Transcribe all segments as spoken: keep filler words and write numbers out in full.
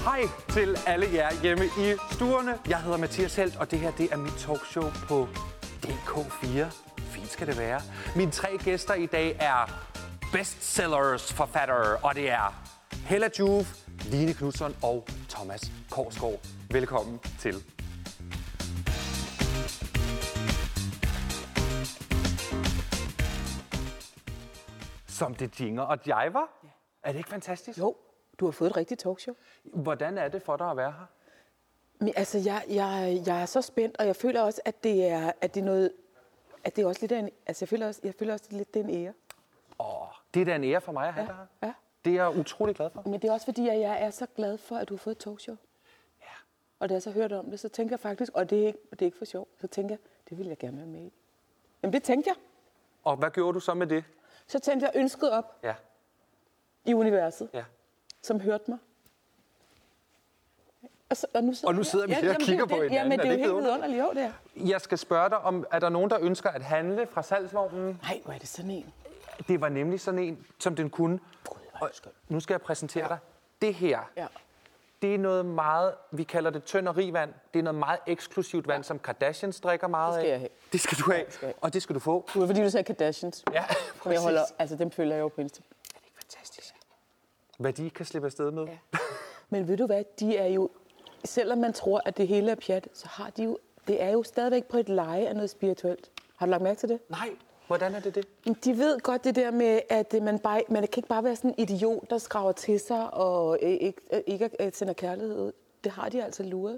Hej til alle jer hjemme i stuerne. Jeg hedder Mathias Helt, og det her det er mit talkshow på D K fire. Fint skal det være. Mine tre gæster i dag er bestsellers forfattere, og det er Hella Joof, Line Knutzon og Thomas Korsgaard. Velkommen til. Som det jinger og jiver. Ja. Er det ikke fantastisk? Jo, du har fået et rigtigt talkshow. Hvordan er det for dig at være her? Men, altså, jeg, jeg, jeg er så spændt, og jeg føler også, at det er, at det er noget... At det er også lidt af en... Altså, jeg føler også, jeg føler også lidt, det er en ære. Åh, det er da en ære for mig at have ja, dig her. Ja. Det er jeg utrolig glad for. Men det er også fordi, at jeg er så glad for, at du har fået et talkshow. Ja. Og da jeg så hørte om det, så tænker jeg faktisk... Og det er ikke, det er ikke for sjov. Så tænker jeg, det vil jeg gerne være med i. Jamen, det tænkte jeg. Og hvad gjorde du så med det? Så tænkte jeg ønsket op Ja. i universet, Ja. som hørte mig. Og, så, og, nu sidder, Og nu sidder vi her og kigger på hinanden. Ja, men det er, Er jo det helt vidunderligt? vidunderligt. Jo, det er. Jeg skal spørge dig, om er der nogen, der ønsker at handle fra salgsvognen? Nej, hvor er det sådan en? Det var nemlig sådan en, som den kunne. Gud, hvor er det skønt. Nu skal jeg præsentere ja. dig. Det her, Ja. det er noget meget, vi kalder det tynd og rig vand. Det er noget meget eksklusivt vand, som Kardashians drikker meget Det skal af. jeg have. Det skal du have, det skal jeg. og det skal du få. Det var fordi, du sagde Kardashians. Ja, Som jeg præcis. holder, altså dem følger jeg jo på Instagram. Er det ikke fantastisk? Hvad de kan slippe afsted med. Ja. Men ved du hvad, de er jo, selvom man tror, at det hele er pjat, så har de jo, det er jo stadigvæk på et leje af noget spirituelt. Har du lagt mærke til det? Nej, hvordan er det det? Men de ved godt det der med, at man, bare, man kan ikke bare være sådan en idiot, der skraver til sig og ikke, ikke sender kærlighed ud. Det har de altså luret.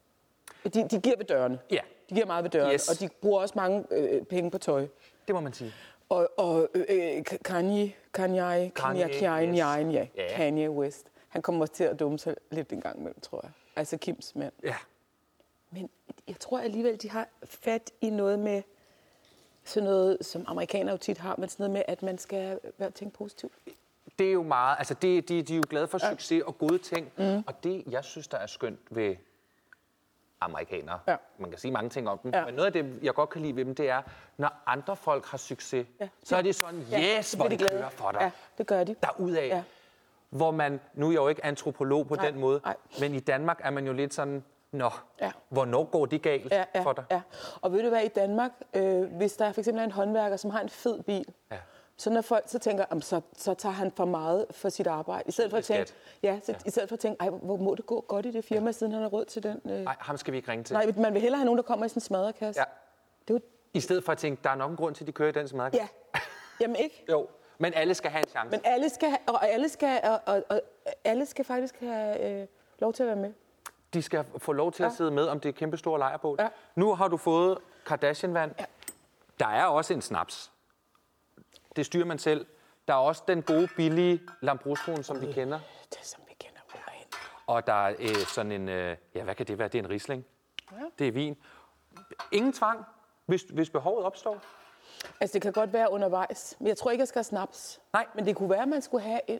De, de giver ved dørene. Ja. De giver meget ved dørene, Yes. og de bruger også mange øh, penge på tøj. Det må man sige. Og, og øh, Kanye, Kanye, Kanye, Kanye, Kanye, yes. ja, Ja. Kanye West. Han kommer også til at dumme sig lidt en gang imellem, tror jeg. Altså Kims mand. Ja. Men jeg tror alligevel, de har fat i noget med sådan noget, som amerikanere jo tit har, men sådan noget med, at man skal være tænke positivt. Det er jo meget, altså det, de, de er jo glade for succes og gode ting, mm. og det, jeg synes, der er skønt ved amerikanere, Ja. man kan sige mange ting om dem, Ja. men noget af det, jeg godt kan lide ved dem, det er, når andre folk har succes, Ja. så er det sådan, yes, så hvor bliver det de glade. kører for dig, Ja, det gør de. derudaf. Ja. Hvor man, nu er jeg jo ikke antropolog på Nej, den måde, nej. men i Danmark er man jo lidt sådan, nå, Ja. hvornår går det galt Ja, ja, for dig? ja. Og ved du hvad, i Danmark, øh, hvis der for eksempel er en håndværker, som har en fed bil, Ja. så når folk så tænker, jamen, så, så tager han for meget for sit arbejde. I stedet for at tænke, Skat. ja, så, i stedet for at tænke, ej, hvor må det gå godt i det firma, ja. Siden han har råd til den. Øh. Nej, ham skal vi ikke ringe til. Nej, man vil hellere have nogen, der kommer i sådan en smadrekasse. Ja. Det er jo, I stedet for at tænke, der er nok en grund til, at de kører i den smadre. ja, jamen ikke. Jo, men alle skal have en chance. Men alle skal, have, og alle skal, og, og, og alle skal faktisk have øh, lov til at være med. De skal få lov til at Ja. sidde med, om det er kæmpe store lejrbål. Ja. Nu har du fået Kardashian-vand. Ja. Der er også en snaps. Det styrer man selv. Der er også den gode, billige Lambruscoen, som vi kender. Det er, som vi kender ud. Og der er øh, sådan en... Øh, ja, hvad kan det være? Det er en Riesling. Ja. Det er vin. Ingen tvang, hvis, hvis behovet opstår. Altså, det kan godt være undervejs. Men jeg tror ikke, jeg skal have snaps. Nej. Men det kunne være, at man skulle have et...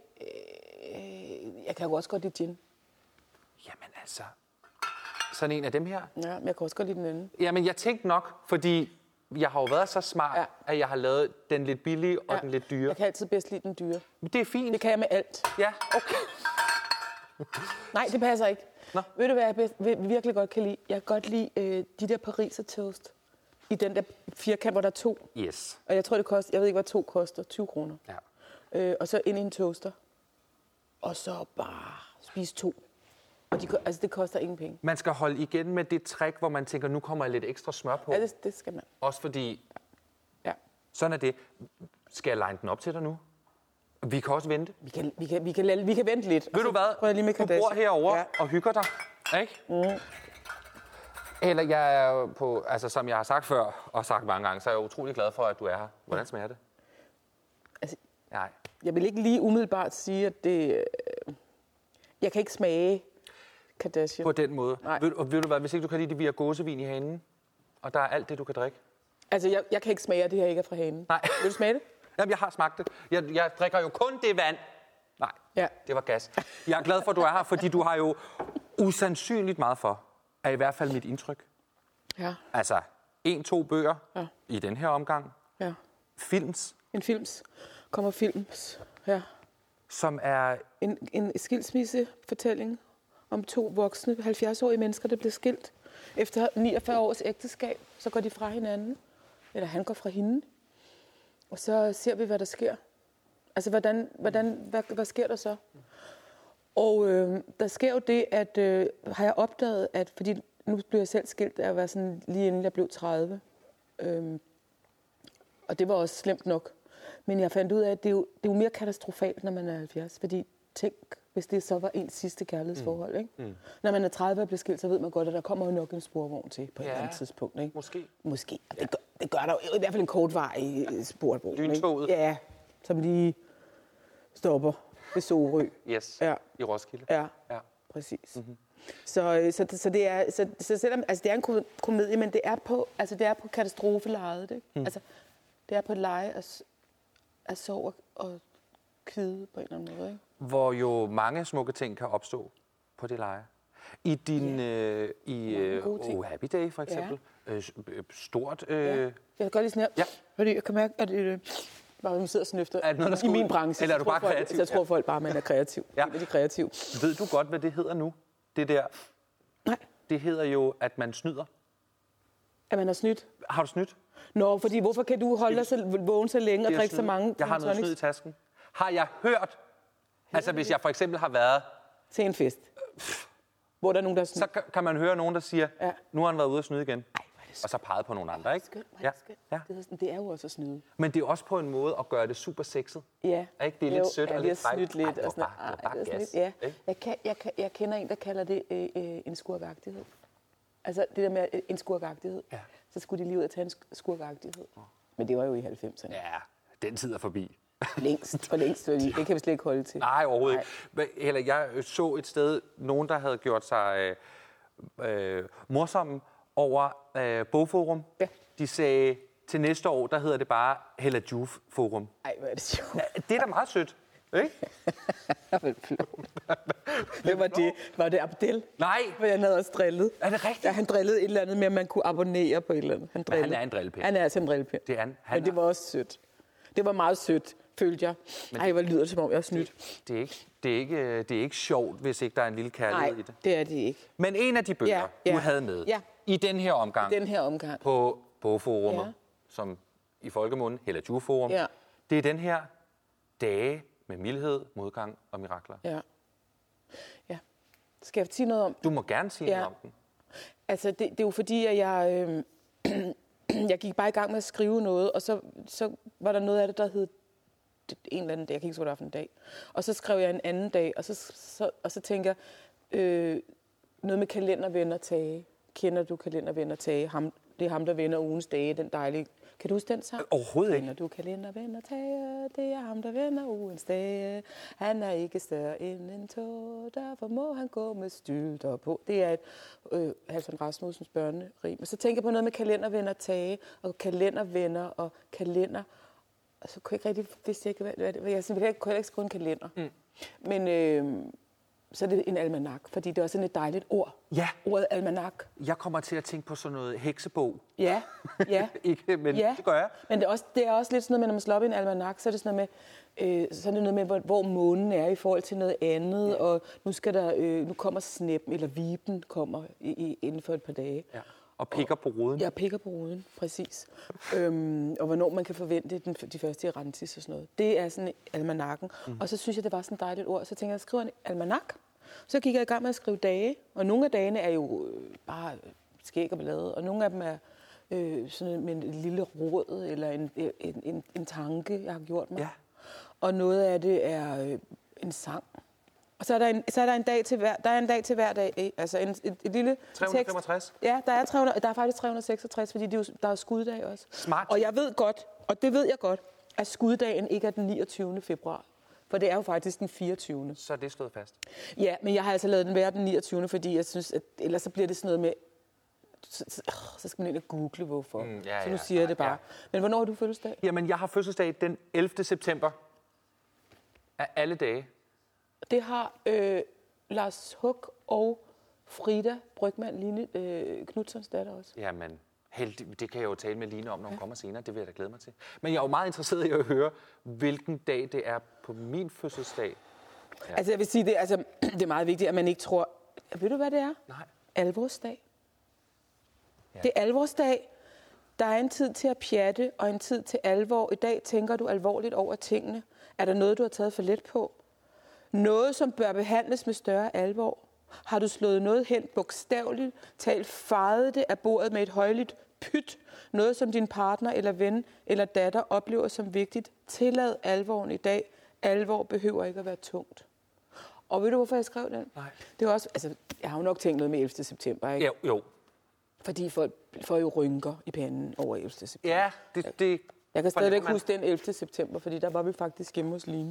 Øh, jeg kan jo også godt lide gin. Jamen altså... Sådan en af dem her. Ja, men jeg kan også godt lide den anden. Jamen, jeg tænkte nok, fordi jeg har jo været så smart, Ja. ja. at jeg har lavet den lidt billige og Ja. den lidt dyre. Jeg kan altid bedst lide den dyre. Men det er fint. Det kan jeg med alt. Ja, okay. Nej, det passer ikke. Nå. Ved du, hvad jeg bedst, virkelig godt kan lide? Jeg kan godt lide øh, de der Pariser toast. I den der firkant, hvor der er to. Yes. Og jeg tror, det koster... Jeg ved ikke, hvad to koster. tyve kroner. Ja. Øh, og så ind i en toaster. Og så bare spise to. Og de, altså, det koster ingen penge. Man skal holde igen med det trick, hvor man tænker, nu kommer jeg lidt ekstra smør på. Ja, det, det skal man. Også fordi, Ja. sådan er det. Skal jeg line den op til dig nu? Vi kan også vente. Vi kan, vi kan, vi kan, lade, vi kan vente lidt. Ved du hvad? Prøv lige med Du bor Kardashian. herovre Ja. og hygger dig, ikke? Mm. Eller jeg er jo på, altså som jeg har sagt før, og sagt mange gange, så er jeg utrolig glad for, at du er her. Hvordan smager det? Altså, Nej. jeg vil ikke lige umiddelbart sige, at det... Øh, jeg kan ikke smage Kardashian. På den måde. Nej. Ved, og ved du hvad, hvis ikke du kan lide det, vi har gåsevin i hanen, og der er alt det, du kan drikke. Altså, jeg, jeg kan ikke smage, at det her ikke er fra hanen. Nej. Vil du smage det? Jamen, jeg har smagt det. Jeg, jeg drikker jo kun det vand. Nej, Ja. det var gas. Jeg er glad for, at du er her, fordi du har jo usandsynligt meget for, er i hvert fald mit indtryk. Ja. Altså, en, to bøger Ja. i den her omgang. Ja. Films, En films. Kommer films. Ja. som er... En, en skilsmissefortælling om to voksne halvfjerds-årige mennesker, der bliver skilt. Efter niogfyrre års ægteskab, så går de fra hinanden. Eller han går fra hende. Og så ser vi, hvad der sker. Altså, hvordan, hvordan, hvad, hvad sker der så? Og øh, der sker jo det, at øh, har jeg opdaget, at fordi nu blev jeg selv skilt, da jeg var sådan lige inden jeg blev tredive. Øhm, og det var også slemt nok. Men jeg fandt ud af, at det er jo, det er jo mere katastrofalt, når man er halvfjerds. Fordi tænk, hvis det så var ens sidste kærlighedsforhold. Ikke? Mm. Når man er tredive og bliver skilt, så ved man godt, at der kommer jo nok en sporvogn til på ja, et eller andet tidspunkt. Ikke? Måske. Måske. Ja. Det, gør, det gør der jo i hvert fald en kortvarig sporvogn. Lyntoget. Ja, som lige stopper ved Sorø. Yes, ja. I Roskilde. Ja, ja. Præcis. Mm-hmm. Så, så, så, det er, så, så selvom, altså det er en komedie, men det er på, altså det er på katastrofelejet. Ikke? Mm. Altså, det er på et leje af, af sorg og kvide på en eller anden måde. Ikke? Hvor jo mange smukke ting kan opstå på det leje. I din, ja. øh, i øh, oh, Happy Day for eksempel, ja. øh, stort... Øh... Ja. Jeg kan godt lige sådan her, ja. Fordi jeg kan mærke, at øh, bare man sidder og snøfter er det noget, der i min branche. Eller er du bare folk, kreativ? Så jeg tror folk bare, man er kreativ. Ja. Er de kreativ. Ved du godt, hvad det hedder nu? Det der... Nej. Det hedder jo, at man snyder. At man har snydt? Har du snydt? Nå, fordi hvorfor kan du holde dig så vågen så længe og drikke så mange... Jeg har noget snyd i tasken. Har jeg hørt... Altså, hvis jeg for eksempel har været... Til en fest. Hvor der er nogen, der... Så kan man høre nogen, der siger, ja. Nu har han været ude at snyde igen. Ej, og så peget på nogle andre, ikke? Skønt, ja. Ja. Det, er, det er jo også at snyde. Men det er også på en måde at gøre det super sexet. Ja. Ikke? Det er jo, lidt sødt ja, og lidt frækt. Lidt, Ej, og sådan, bare, bare, bare gas. Ja. Jeg, kan, jeg, kan, jeg kender en, der kalder det øh, øh, en skurkagtighed. Altså det der med øh, en skurkagtighed. Ja. Så skulle de lige ud og tage en skurkagtighed. Oh. Men det var jo i halvfemserne. Ja, den tid er forbi. Længst, for længst. Det kan vi slet ikke holde til. Nej, overhovedet ikke. Heller, jeg så et sted, nogen, der havde gjort sig øh, øh, morsomme over øh, Bogforum. Ja. De sagde, til næste år, der hedder det bare Hella Juf Forum. Ej, hvor er det sjovt. Ja, det er da meget sødt, ikke? Hvem var det? Var det Abdel? Nej. For han havde også drillet. Er det rigtigt? Ja, han drillede et eller andet med, at man kunne abonnere på et eller andet. Han, han er en drillepind. Han er altså en drillepind. Det er han. han Men det var også sødt. Det var meget sødt, følte jeg. Men ej, hvor lyder det, som om jeg er snydt. Det, det, er ikke, det, er ikke, det er ikke sjovt, hvis ikke der er en lille kærlighed Nej, i det. det er det ikke. Men en af de bøger, ja, ja. du havde med ja. i den her omgang, den her omgang. på Bogforummet, ja. Som i folkemunden, Hella Juf Forum, ja. Det er den her Dage med mildhed, modgang og mirakler. Ja. Ja. Skal jeg sige noget om? Du må gerne sige ja. noget om den. Altså, det, det er jo fordi, at jeg... Øh, jeg gik bare i gang med at skrive noget, og så, så var der noget af det, der hed en eller anden dag. Jeg kan ikke huske, hvad det var for en dag. Og så skrev jeg en anden dag, og så, så, og så tænker jeg, øh, noget med kalendervenner Tage. Kender du kalendervenner Tage? Ham, det er ham, der vender ugens dage, den dejlige... Kan du huske den sang? Overhovedet ikke. Kender du kalendervenner Tage? Det er ham, der vender ugens dage. Han er ikke større end en tog, derfor må han gå med stylter på. Det er et øh, Halvdan Rasmussens børnerim. Og så tænker jeg på noget med kalendervenner Tage, og kalendervenner og kalender. Og så kunne jeg ikke rigtig vidste ikke, hvad det var. Jeg kunne heller ikke skrive en kalender. Mm. Men... Øh, så er det en almanak, fordi det er også sådan et dejligt ord. Ja. Ordet almanak. Jeg kommer til at tænke på sådan noget heksebog. Ja, ja. Ikke, men ja. Det gør jeg. Men det er, også, det er også lidt sådan noget med, når man slår op i en almanak, så er det sådan noget med, øh, så er det noget med hvor, hvor månen er i forhold til noget andet, ja. Og nu, skal der, øh, nu kommer snæppen, eller viben kommer i, i, inden for et par dage. Ja. Og pikker på ruden. Ja, pikker på ruden, præcis. øhm, og hvornår man kan forvente den, de første erantis og sådan noget. Det er sådan almanakken. Mm. Og så synes jeg, det var sådan et dejligt ord. Så tænker jeg, jeg skriver en almanak. Så gik jeg i gang med at skrive dage. Og nogle af dagene er jo bare skæg og ballade. Og nogle af dem er øh, sådan med en lille råd eller en, en, en, en tanke, jeg har gjort mig. Ja. Og noget af det er øh, en sang. Og så er der en, så er der en dag til hver, der er en dag til hver dag, altså en, et, et lille tre hundrede femogtres? Tekst. Ja, der er tre hundrede, der er faktisk tre hundrede seksogtres, fordi det er jo, der er skuddag også. Smart. Og jeg ved godt, og det ved jeg godt, at skuddagen ikke er den niogtyvende februar, for det er jo faktisk den fireogtyvende. Så er det slået fast. Ja, men jeg har altså lavet den være den niogtyvende, fordi jeg synes, at ellers så bliver det sådan noget med, så, så, så skal man ind og google, hvorfor. Mm, ja, så nu siger ja, jeg det bare. Ja. Men hvornår har du fødselsdag? Jamen, jeg har fødselsdag den ellevte september af alle dage. Det har øh, Lars Hug og Frida Brygmann, Line øh, Knudssons datter også. Jamen, heldig, det kan jeg jo tale med Line om, når hun ja. kommer senere. Det vil jeg da glæde mig til. Men jeg er jo meget interesseret i at høre, hvilken dag det er på min fødselsdag. Ja. Altså jeg vil sige, det, altså, det er meget vigtigt, at man ikke tror, Ved du, hvad det er? Nej. Alvorsdag. Ja. Det er alvorsdag. Der er en tid til at pjatte, og en tid til alvor. I dag tænker du alvorligt over tingene. Er der noget, du har taget for let på? Noget, som bør behandles med større alvor? Har du slået noget hen bogstaveligt, talt faret det af bordet med et højligt pyt? Noget, som din partner eller ven eller datter oplever som vigtigt? Tillad alvoren i dag. Alvor behøver ikke at være tungt. Og ved du, hvorfor jeg skrev den? Nej. Det var også, altså, jeg har jo nok tænkt noget med ellevte september, ikke? Jo, jo. Fordi folk får jo rynker i panden over ellevte september. Ja, det... det jeg kan stadigvæk man... huske den ellevte september, fordi der var vi faktisk hjemme hos Line.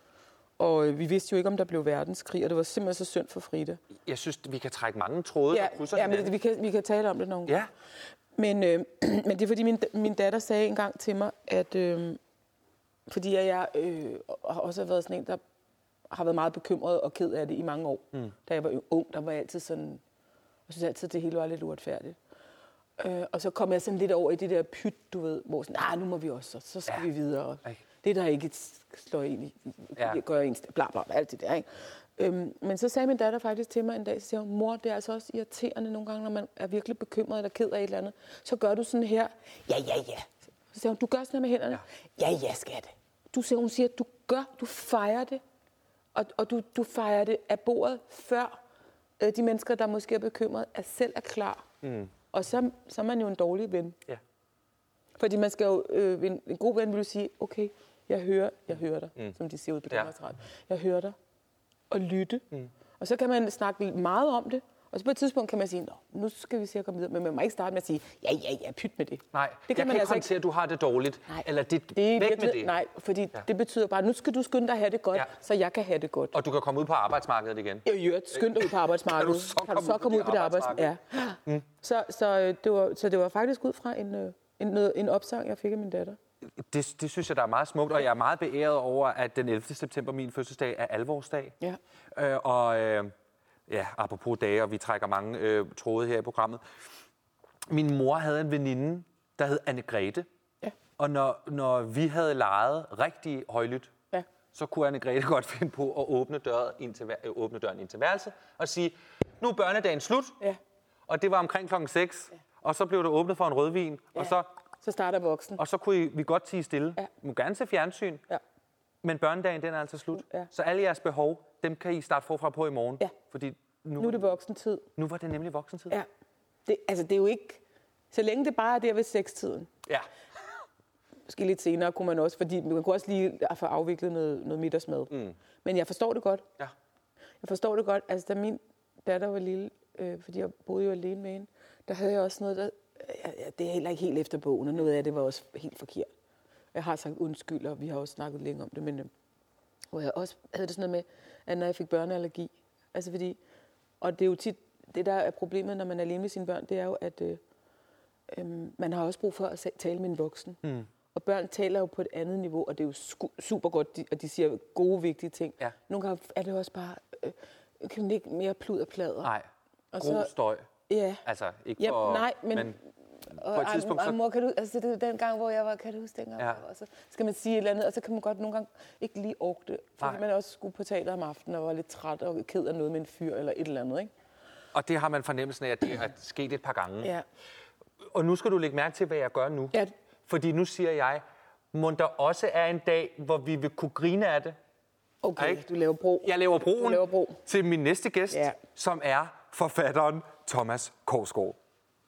Og øh, vi vidste jo ikke, om der blev verdenskrig, og det var simpelthen så synd for Frida. Jeg synes, vi kan trække mange tråde, ja, der krydser ja, hinanden. men vi kan, vi kan tale om det nogle Ja. Men, øh, men det er, fordi min, min datter sagde engang til mig, at... Øh, fordi jeg øh, har også været sådan en, der har været meget bekymret og ked af det i mange år. Mm. Da jeg var ung, der var jeg altid sådan... Jeg synes altid, at det hele var lidt uretfærdigt. Øh, og så kom jeg sådan lidt over i det der pyt, du ved, hvor sådan, ah, nu må vi også, så skal ja. vi videre. Ej. Det der ikke slår en i, ja. gør en, bla bla, alt det der, ikke? Øhm, men så sagde min datter faktisk til mig en dag, så siger hun, mor, det er altså også irriterende nogle gange, når man er virkelig bekymret eller ked af et eller andet. Så gør du sådan her, ja, ja, ja. Så siger hun, du gør sådan her med hænderne. Ja, ja, ja skat. Du siger, hun siger, du gør, du fejrer det. Og, og du, du fejrer det af bordet, før øh, de mennesker, der måske er bekymret, er selv er klar. Mm. Og så, så er man jo en dårlig ven. Ja. Fordi man skal jo, øh, en, en god ven vil jo sige, okay, jeg hører, jeg hører dig, mm. som de siger ud på Danmarks Radio. Jeg hører dig. Og lytte. Mm. Og så kan man snakke meget om det. Og så på et tidspunkt kan man sige, nu skal vi se at komme videre. Men man må ikke starte med at sige, ja, ja, ja, pyt med det. Nej, det kan jeg man kan altså ikke håndtere, at du har det dårligt. Nej. Eller det, det er væk virkelig, med det. Nej, fordi ja. det betyder bare, nu skal du skynde dig at have det godt, ja. så jeg kan have det godt. Og du kan komme ud på arbejdsmarkedet igen. Jeg gør, skynd dig ud på arbejdsmarkedet. Kan du så, kan du så komme ud på det arbejdsmarked? Ja. Mm. Så, så, det var, så det var faktisk ud fra en, en, en opsang, jeg fik af min datter. Det, det synes jeg, der er meget smukt, og jeg er meget beæret over, at den ellevte september, min fødselsdag, er alvorsdag. Ja. Øh, og øh, ja, apropos dage, og vi trækker mange øh, tråde her i programmet. Min mor havde en veninde, der hed Anne-Grethe. Ja. Og når, når vi havde leget rigtig højlydt, ja. så kunne Anne-Grethe godt finde på at åbne døren ind til, øh, åbne døren ind til værelset og sige, nu er børnedagen slut. Ja. Og det var omkring klokken seks. Ja. Og så blev der åbnet for en rødvin, ja. og så... Så starter voksen. Og så kunne vi godt tie stille. Ja. Vi må gerne se fjernsyn. Ja. Men børnedagen, den er altså slut. Ja. Så alle jeres behov, dem kan I starte forfra på i morgen. Ja. Fordi nu, nu er det voksentid. Nu var det nemlig voksentid. Ja. Det, altså, det er jo ikke... Så længe det bare er der ved sekstiden. Ja. Måske lidt senere kunne man også, fordi man kunne også lige få afviklet noget, noget middagsmad. Mm. Men jeg forstår det godt. Ja. Jeg forstår det godt. Altså, da min datter var lille, øh, fordi jeg boede jo alene med hende, der havde jeg også noget, der... Ja, det er heller ikke helt efter bogen, og noget af det var også helt forkert. Jeg har sagt undskyld, og vi har også snakket længe om det, men hvor jeg også havde det sådan noget med, at når jeg fik børneallergi, altså fordi, og det er jo tit, det der er problemet, når man er alene med sine børn, det er jo, at øh, øh, man har også brug for at tale med en voksen. Mm. Og børn taler jo på et andet niveau, og det er jo super godt, at de siger gode, vigtige ting. Ja. Nogle gange er det også bare, øh, kan man ikke mere plud og plader. Nej, god støj. Ja. Altså, ikke ja, for... Nej, men... men på et tidspunkt, og, og, mor, kan du, altså det er den gang, hvor jeg var, kan du huske dengang? Ja. Og så skal man sige et eller andet, og så kan man godt nogle gange ikke lige orke det. Fordi nej. Man også skulle på teater om aftenen og var lidt træt og ked af noget med en fyr eller et eller andet, ikke? Og det har man fornemmelsen af, at det er sket et par gange. Ja. Og nu skal du lægge mærke til, hvad jeg gør nu. Ja. Fordi nu siger jeg, må der også er en dag, hvor vi vil kunne grine af det. Okay, ikke? Du laver bro. Jeg laver broen laver bro. til min næste gæst, ja. som er forfatteren Thomas Korsgaard.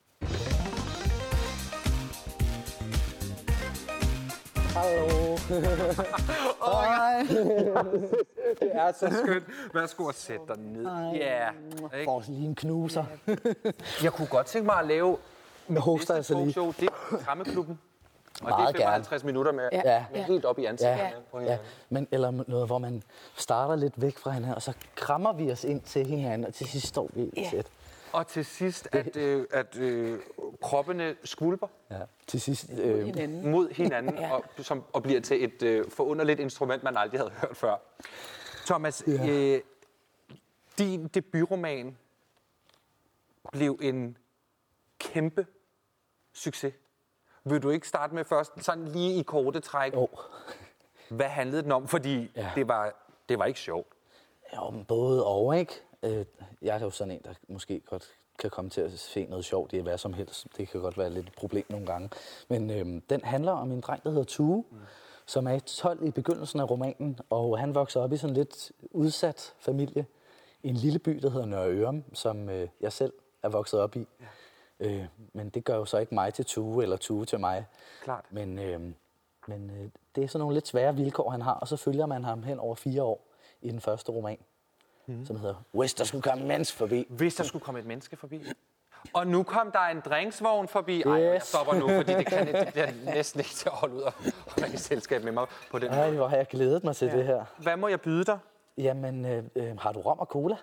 Hallo. Hej. Det er så skønt. Værsgo og sæt dig ned. Ja. Yeah. Får lige en knuser. Jeg kunne godt tænke mig at lave med hoster altså lige. Show. Det er Krammeklubben. Og meget det er femoghalvtreds gerne. Minutter med, ja. med helt op i ansigtet ja. på hinanden. Ja. Men, eller noget, hvor man starter lidt væk fra hinanden, og så krammer vi os ind til hinanden, og til sidst står vi i ja. sæt. Og til sidst, at, øh, at øh, kroppene skvulper ja. til sidst, øh, mod hinanden, mod hinanden ja. og, som, og bliver til et øh, forunderligt instrument, man aldrig havde hørt før. Thomas, ja. øh, din debutroman blev en kæmpe succes. Vil du ikke starte med først, sådan lige i korte træk? Oh. Hvad handlede den om? Fordi ja. det, var, det var ikke sjovt. Ja, både og, ikke? jeg er jo sådan en, der måske godt kan komme til at se noget sjovt i hvad som helst. Det kan godt være lidt et problem nogle gange. Men øhm, den handler om en dreng, der hedder Tue, mm. som er tolv i begyndelsen af romanen, og han vokser op i sådan en lidt udsat familie i en lille by, der hedder Nørre Ørum, som øh, jeg selv er vokset op i. Ja. Øh, men det gør jo så ikke mig til Tue, eller Tue til mig. Klart. Men, øh, men øh, det er sådan nogle lidt svære vilkår, han har, og så følger man ham hen over fire år i den første roman, mm. som hedder Hvis der skulle komme et menneske forbi. Hvis der skulle komme et menneske forbi. Og nu kom der en drinksvogn forbi. Ej, jeg stopper nu, fordi det, kan, det bliver næsten ikke til at holde ud og være i selskab med mig på den måde. Hvor har jeg glædet mig til ja. det her. Hvad må jeg byde dig? Jamen, øh, øh, har du rom og cola?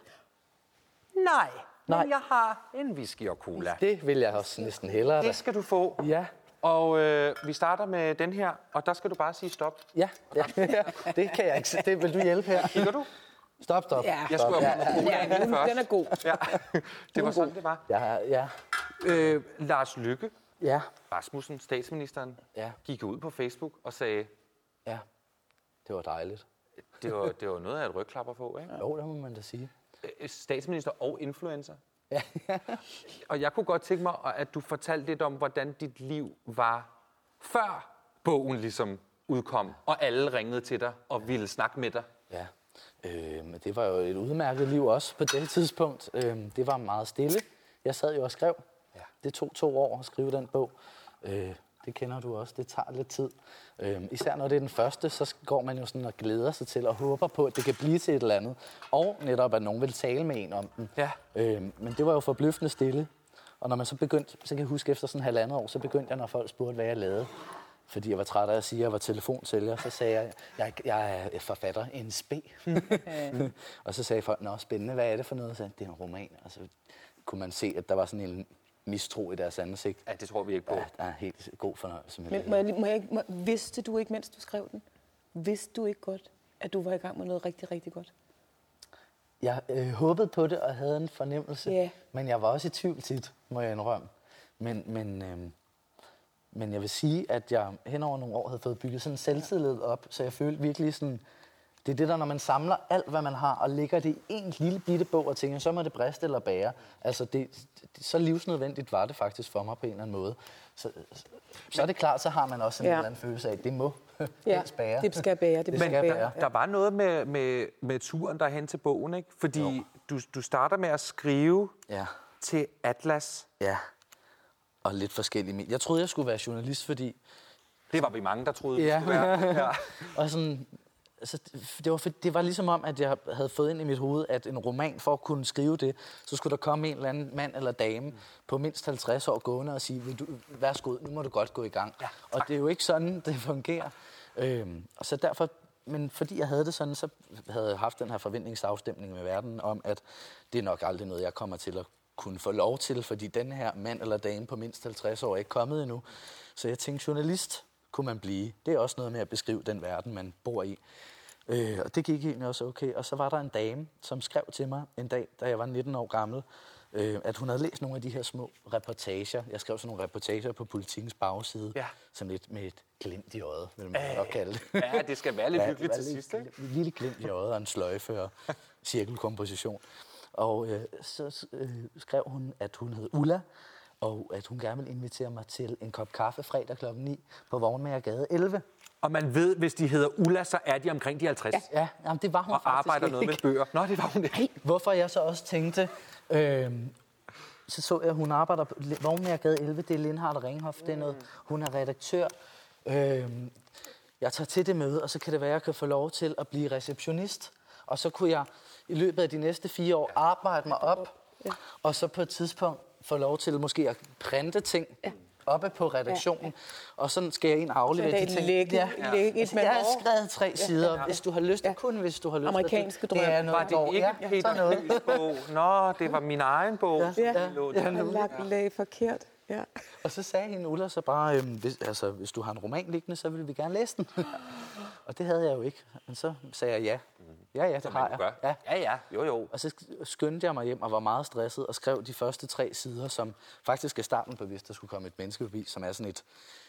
Nej, Nej, men jeg har en whisky og cola. Det vil jeg også næsten hellere. Det skal du få. Ja. Og øh, vi starter med den her, og der skal du bare sige stop. Ja, ja. Det kan jeg ikke. Det vil du hjælpe her. Kigger du? Stop, stop. Ja. Jeg skulle have ja, ja, ja, ja, den er god. Ja. Det var sådan, det var. Ja, ja. Øh, Lars Løkke ja. Rasmussen, statsministeren, ja. gik ud på Facebook og sagde... Ja, det var dejligt. Det var, det var noget af et rygklapper på, ikke? Jo, det må man da sige. Statsminister og influencer. Ja. Og jeg kunne godt tænke mig, at du fortalte lidt om, hvordan dit liv var, før bogen ligesom udkom, og alle ringede til dig og ville snakke med dig. Ja, øh, det var jo et udmærket liv også på det tidspunkt. Øh, det var meget stille. Jeg sad jo og skrev. Ja. Det tog to år at skrive den bog. Øh, det kender du også. Det tager lidt tid. Øh, især når det er den første, så går man jo sådan og glæder sig til og håber på, at det kan blive til et eller andet. Og netop, at nogen vil tale med en om den. Ja. Øh, men det var jo forbløffende stille. Og når man så begyndte, så kan jeg huske efter sådan halvandet år, så begyndte jeg, når folk spurgte, hvad jeg lavede. Fordi jeg var træt af at sige, at jeg var telefonsælger, så sagde jeg, jeg, jeg er forfatter i en spe. Og så sagde folk, nå, spændende, hvad er det for noget? Så sagde, det er en roman. Og så kunne man se, at der var sådan en mistro i deres ansigt. Ja, det tror vi ikke på. Ja, der er helt god fornøjelse med Men det. må jeg, må jeg, må, vidste du ikke, mens du skrev den, vidste du ikke godt, at du var i gang med noget rigtig, rigtig godt? Jeg øh, håbede på det og havde en fornemmelse, yeah. men jeg var også i tvivl tit, må jeg indrømme. Men, men, øh, men jeg vil sige, at jeg hen over nogle år havde fået bygget sådan en selvtillid op, så jeg følte virkelig sådan, det er det der, når man samler alt, hvad man har, og lægger det i en lille bitte bog og tænker, så må det briste eller bære. Altså, det, det, så livsnødvendigt var det faktisk for mig på en eller anden måde. Så, så er det klart, så har man også en ja. eller anden følelse af, at det må ja, bære. det skal bære. Det Men skal bære. Der, der var noget med, med, med turen derhen til bogen, ikke? Fordi du, du starter med at skrive ja. til Atlas. Ja, og lidt forskellige. Jeg troede, jeg skulle være journalist, fordi... Det var vi mange, der troede, ja. det skulle være. Ja. Og sådan... Altså, det, var, det var ligesom om, at jeg havde fået ind i mit hoved, at en roman, for at kunne skrive det, så skulle der komme en eller anden mand eller dame mm. på mindst halvtreds år gående og sige, vil du, værsgo, nu må du godt gå i gang. Ja, og det er jo ikke sådan, det fungerer. Øhm, og så derfor, men fordi jeg havde det sådan, så havde jeg haft den her forventningsafstemning med verden om, at det er nok aldrig noget, jeg kommer til at kunne få lov til, fordi den her mand eller dame på mindst halvtreds år er ikke kommet endnu. Så jeg tænkte, journalist kunne man blive. Det er også noget med at beskrive den verden, man bor i. Øh, og det gik egentlig også okay. Og så var der en dame, som skrev til mig en dag, da jeg var nitten år gammel, øh, at hun havde læst nogle af de her små reportager. Jeg skrev sådan nogle reportager på Politikens bagside, ja. Som lidt med et glimt i øjet, vil man øh, godt kalde det. Ja, det skal være lidt ja, hyggeligt til sidst, ikke? Et lille glimt i øjet og en sløjfe og cirkelkomposition. Og øh, så øh, skrev hun, at hun hed Ulla, og at hun gerne ville invitere mig til en kop kaffe fredag klokken ni på Vognmagergade elleve. Og man ved, hvis de hedder Ulla, så er de omkring de halvtreds. Ja, ja jamen, det var hun og faktisk arbejder ikke. noget med bøger. Nå, det var hun ikke. Hvorfor jeg så også tænkte, øh, så så jeg, at hun arbejder på Vognmagergade elleve, det er Lindhardt Ringhof, det er noget, hun er redaktør. Øh, jeg tager til det møde, og så kan det være, at jeg kan få lov til at blive receptionist. Og så kunne jeg i løbet af de næste fire år arbejde mig op, ja. Og så på et tidspunkt få lov til måske at printe ting ja. Oppe på redaktionen, ja. Og sådan skal jeg ind og aflevere de ting. Lægge, ja. lægge altså, jeg har skrevet tre ja. Sider, ja. Hvis du har lyst, ja. Kun hvis du har lyst. Amerikanske drømme. Det er noget, var det ikke ja. Peter bog? Nå, det var min egen bog. Ja, ja. ja. Jeg har lagt lag forkert. Ja. Og så sagde hende Ulla så bare, øhm, hvis, altså, hvis du har en roman liggende, så vil vi gerne læse den. Og det havde jeg jo ikke. Men så sagde jeg ja. Ja, ja, det har jeg. Ja. ja, ja, jo, jo. Og så skyndte jeg mig hjem og var meget stresset og skrev de første tre sider, som faktisk er starten på, hvis der skulle komme et menneske forbi, som er sådan et...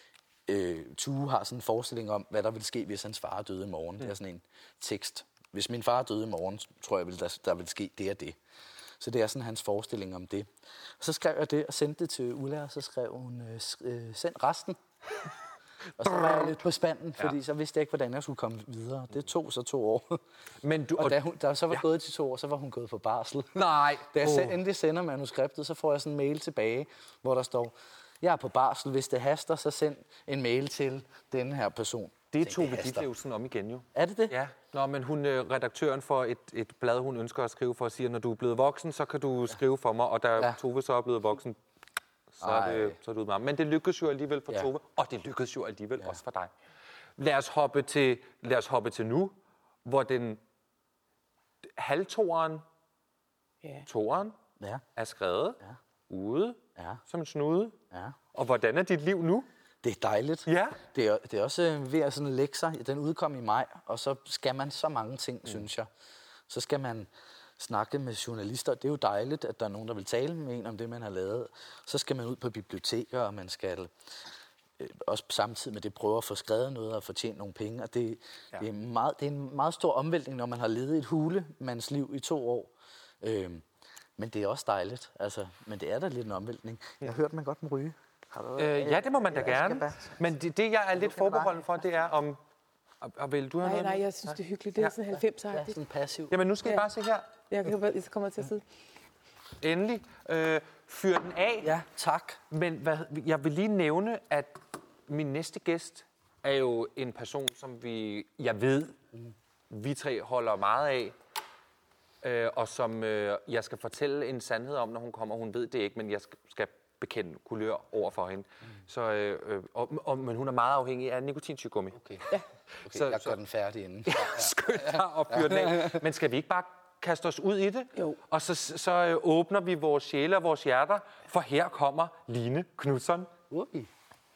Øh, Tue har sådan en forestilling om, hvad der vil ske, hvis hans far døde i morgen. Mm. Det er sådan en tekst. Hvis min far døde i morgen, tror jeg, der, der vil ske det og det. Så det er sådan hans forestilling om det. Og så skrev jeg det og sendte det til Ulla, og så skrev hun, øh, send resten. Og så var jeg lidt på spanden, fordi ja. så vidste jeg ikke, hvordan jeg skulle komme videre. Det tog så to år. Men du, og da hun der så var ja. gået til to år, så var hun gået på barsel. Nej. Da jeg oh. endelig sender manuskriptet, så får jeg sådan en mail tilbage, hvor der står, jeg er på barsel, hvis det haster, så send en mail til denne her person. Det er Tove Ditlevsen om igen jo. Er det det? Ja. Nå, men hun er redaktøren for et, et blad, hun ønsker at skrive for, at sige, at når du er blevet voksen, så kan du skrive for mig, og da ja. Tove så er blevet voksen, så er, det, så er det ud med ham. Men det lykkedes jo alligevel for ja. Tove, og det lykkedes jo alligevel ja. også for dig. Lad os hoppe til, lad os hoppe til nu, hvor den halvtoren, ja. toren, ja. er skrevet ja. ude ja. som en snude. Ja. Og hvordan er dit liv nu? Det er dejligt. Ja. Det er, det er også ved at sådan lægge sig. Den udkom i maj, og så skal man så mange ting, mm. synes jeg. Så skal man snakke med journalister. Det er jo dejligt, at der er nogen, der vil tale med en om det, man har lavet. Så skal man ud på biblioteker, og man skal øh, også samtidig med det prøve at få skrevet noget og fortjene nogle penge. Og det, ja. det, er meget, det er en meget stor omvæltning, når man har levet et hulemandsliv i to år. Øh, men det er også dejligt. Altså, men det er da lidt en omvæltning. Jeg har hørt, man godt må ryge. Øh, ja, det må man da gerne. Men det, det, jeg er lidt forbeholden for, det er om... Og, og vil du have nej, noget? Nej, jeg synes, det er hyggeligt. Det er sådan halvfems-agtigt. Ja, sådan passiv. Jamen, nu skal ja. I bare se her. Jeg, kan, jeg kommer til at sidde. Endelig. Øh, fyr den af. Ja, tak. Men hvad, jeg vil lige nævne, at min næste gæst er jo en person, som vi, jeg ved, mm. vi tre holder meget af. Øh, og som øh, jeg skal fortælle en sandhed om, når hun kommer. Hun ved det ikke, men jeg skal, skal bekende kulør over for hende. Mm. Så, øh, og, og, men hun er meget afhængig af nikotintyggegummi. Okay, ja. okay så, jeg gør den færdig inden. Ja, skynd dig og fyr den af. Men skal vi ikke bare kaste os ud i det? Jo. Og så, så øh, åbner vi vores sjæle og vores hjerter, for her kommer Line Knutzon. Ubi.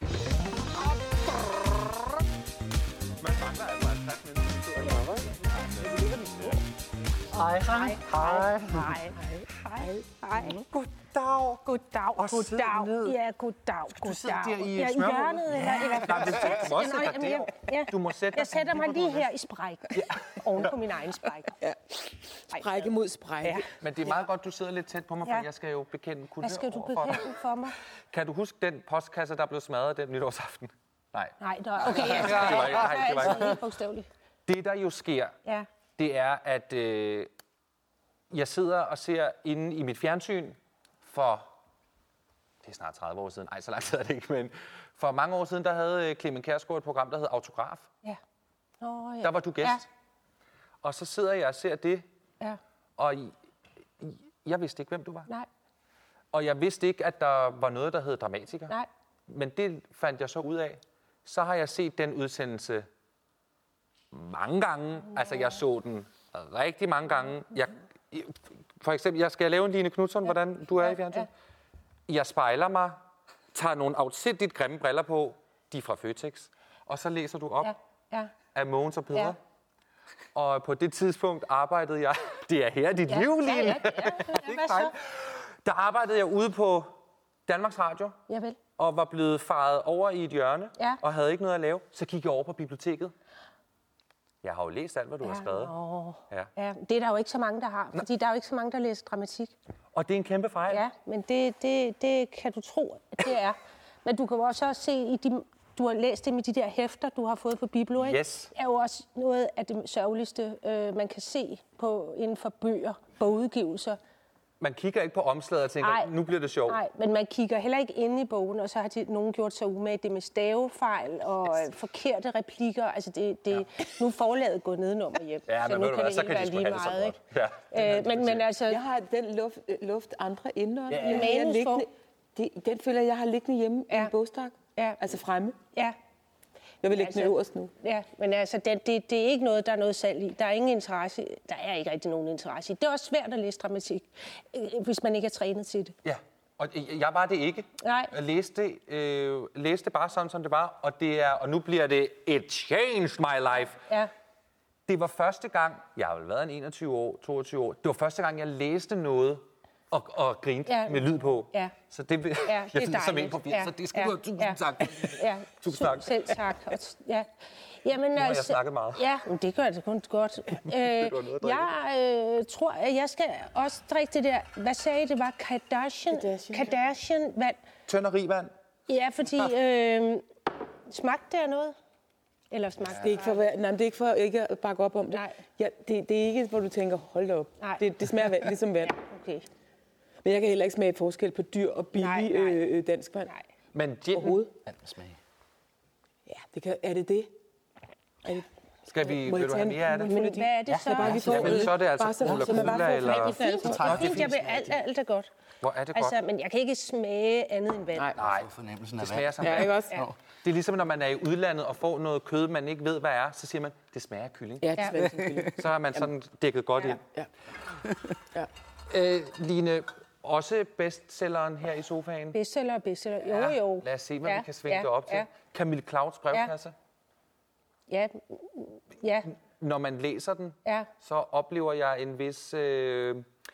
Hej, hej, hej, hej, hej, hej. Goddag. Goddag, goddag. Ja, goddag, goddag. Du sidder der i ja, i hjørnet, eller, eller nej, men du må også sætte dig ja, Du må sætte Jeg sætter mig lige her i sprækken, ja. oven på min egen sprække. Ja. Sprække mod sprække. Ja. Men det er meget godt, du sidder lidt tæt på mig, for ja. jeg skal jo bekende kulør. Hvad skal du bekende for mig? Kan du huske den postkasse, der blev smadret den nytårsaften? Nej. Nej, det var okay. Jeg det var ikke. Nej, det var ikke. Helt bogstaveligt. Det, der jo sker, ja. det er, at øh, jeg sidder og ser inde i mit fjernsyn for, det er snart tredive år siden, ej, så langt tid er det ikke, men for mange år siden, der havde Clement Kjærsgaard et program, der hed Autograf. Ja. Oh, ja. Der var du gæst. Ja. Og så sidder jeg og ser det, ja. og jeg vidste ikke, hvem du var. Nej. Og jeg vidste ikke, at der var noget, der hed Dramatiker. Nej. Men det fandt jeg så ud af. Så har jeg set den udsendelse mange gange. Ja. Altså, jeg så den rigtig mange gange. Jeg, for eksempel, jeg skal lave en Line Knutzon, ja. hvordan du er ja. i fjernsyn. Ja. Jeg spejler mig, tager nogle afsindigt grimme briller på, de er fra Føtex, og så læser du op ja. Ja. af Mogens og Peder. Ja. Og på det tidspunkt arbejdede jeg... Det er her, dit ja. liv, Line. Ja, ja, ja. Ja, hvad så? Der arbejdede jeg ude på Danmarks Radio. Ja, vel. Og var blevet faret over i et hjørne, ja. og havde ikke noget at lave. Så gik jeg over på biblioteket. Jeg har jo læst alt, hvad du ja, har skrevet. Ja. Ja, det er der jo ikke så mange, der har, fordi Nå. der er jo ikke så mange, der læser dramatik. Og det er en kæmpe fejl. Ja, men det, det, det kan du tro, at det er. Men du kan jo også se, i de, du har læst det med de der hæfter, du har fået på Biblo, ikke? Yes. Det er jo også noget af det sørgeligste, øh, man kan se på, inden for bøger, bogudgivelser. Man kigger ikke på omslaget og tænker, ej, nu bliver det sjovt. Nej, men man kigger heller ikke ind i bogen, og så har de, nogen gjort sig umage det med stavefejl og yes. forkerte replikker. Altså, det, det, ja. nu er forlaget gået nedenom og hjem, ja, så nu kan det ikke være lige meget. Ikke? Ja, øh, men, men altså... Jeg har den luft, luft andre indånd. Ja, ja. Liggende, det, den føler jeg har liggende hjemme ja. i en bogstak. Ja. Altså fremme. Ja. Jeg vil lægge altså, den øverst nu. Ja, men altså, det, det, det er ikke noget, der er noget salg i. Der er ingen interesse. Der er ikke rigtig nogen interesse i. Det er også svært at læse dramatik, hvis man ikke er trænet til det. Ja, og jeg var det ikke. Nej. Jeg læste, øh, læste bare sådan, som det var, og, det er, og nu bliver det It Changed My Life. Ja. Det var første gang, jeg har vel været en enogtyve år, toogtyve år, det var første gang, jeg læste noget og, og grinte Ja. med lyd på. Ja. Så det, Ja, det er jeg lyder som en dejligt. på firs, Ja. så det skal Ja. du have tusind Ja. tak. Ja, Tusind tak. Selv tak. Og, ja. Jamen, har jeg snakket meget. Ja, men det gør det kun godt. øh, jeg øh, tror, at jeg skal også drikke det der, hvad sagde I, det var Kardashian? Kardashian, Kardashian vand. Tynd og rig vand. Ja, fordi øh, smagte der noget? Eller smagte Det er ikke for, nej, men det er ikke for ikke at bakke op om det. Nej. Ja, det, det er ikke, hvor du tænker, hold da op. Nej. Det, det smager vand, ligesom vand. Ja, okay. Men jeg kan heller ikke smage forskel på dyr og billig Nej, nej. øh, dansk vand. Nej. Men gin, Overhovedet. Vand med smag. Ja, det kan, er det det? Er det skal vi, Må vil jeg du tage have en- mere af det? Men hvad er det så? Så bare vi får Jamen, så er det altså bare så- cola, så man bare cola får eller- fat i Det er fint, det er fint, jeg vil alt, alt er godt. Hvor er det godt? Altså, men jeg kan ikke smage andet end vand. Nej. Nej, Fornemmelsen af det vand. smager som Ja, vand. ikke også? Ja. Det er ligesom, når man er i udlandet og får noget kød, man ikke ved, hvad er, så siger man, det smager af kylling. Ja, det smager som kylling. Så er man sådan dækket godt ind. Ja. Ja. Øh, Line, også bestselleren her i sofaen. Bestseller og bestseller. Jo, jo. Lad os se, hvad Ja, vi kan svinge ja, det op til. ja. Camille Clauds brevkasse. Ja, ja, Når man læser den, ja. så oplever jeg en vis øh,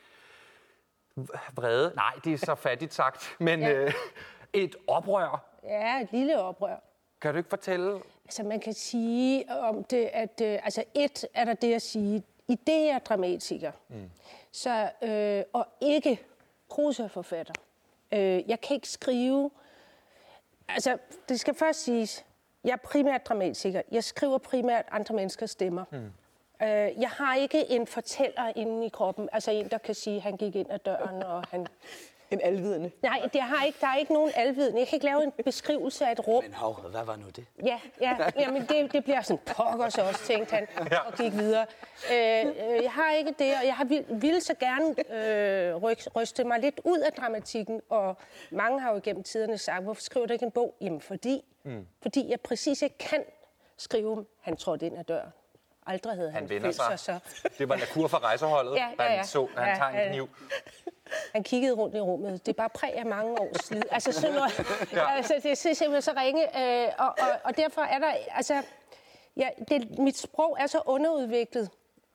vrede. Nej, det er så fattigt sagt. Men Ja. øh, et oprør. Ja, et lille oprør. Kan du ikke fortælle? Altså, man kan sige om det, at... Øh, altså, et er der det at sige, i det jeg er dramatiker, mm. så, øh, og ikke prosaforfatter. Øh, jeg kan ikke skrive... Altså, det skal først siges, jeg er primært dramatiker. Jeg skriver primært andre menneskers stemmer. Mm. Øh, jeg har ikke en fortæller inde i kroppen, altså en, der kan sige, at han gik ind ad døren, og han... En alvidende. Nej, det har ikke, der er ikke nogen alviden. Jeg kan ikke lave en beskrivelse af et rum. Men hov, hvad var nu det? Ja, ja. Jamen, det, det bliver sådan, pokker så også, tænkte han, og gik videre. Øh, øh, jeg har ikke det, og jeg har vil, ville så gerne øh, ryk, ryste mig lidt ud af dramatikken, og mange har jo gennem tiderne sagt, hvorfor skriver du ikke en bog? Jamen, fordi, mm. fordi jeg præcis ikke kan skrive, han trådte ind ad døren. Aldrig havde han, Han vender følt sig. så. Det var Lacour fra rejseholdet, Ja, ja, ja. han så, han Ja, tager en ja. kniv. Han kiggede rundt i rummet. Det er bare præg af mange års slid. Altså sådan noget. Ja. Altså, det er simpelthen så ringe. Øh, og, og, og derfor er der... Altså, ja, det, mit sprog er så underudviklet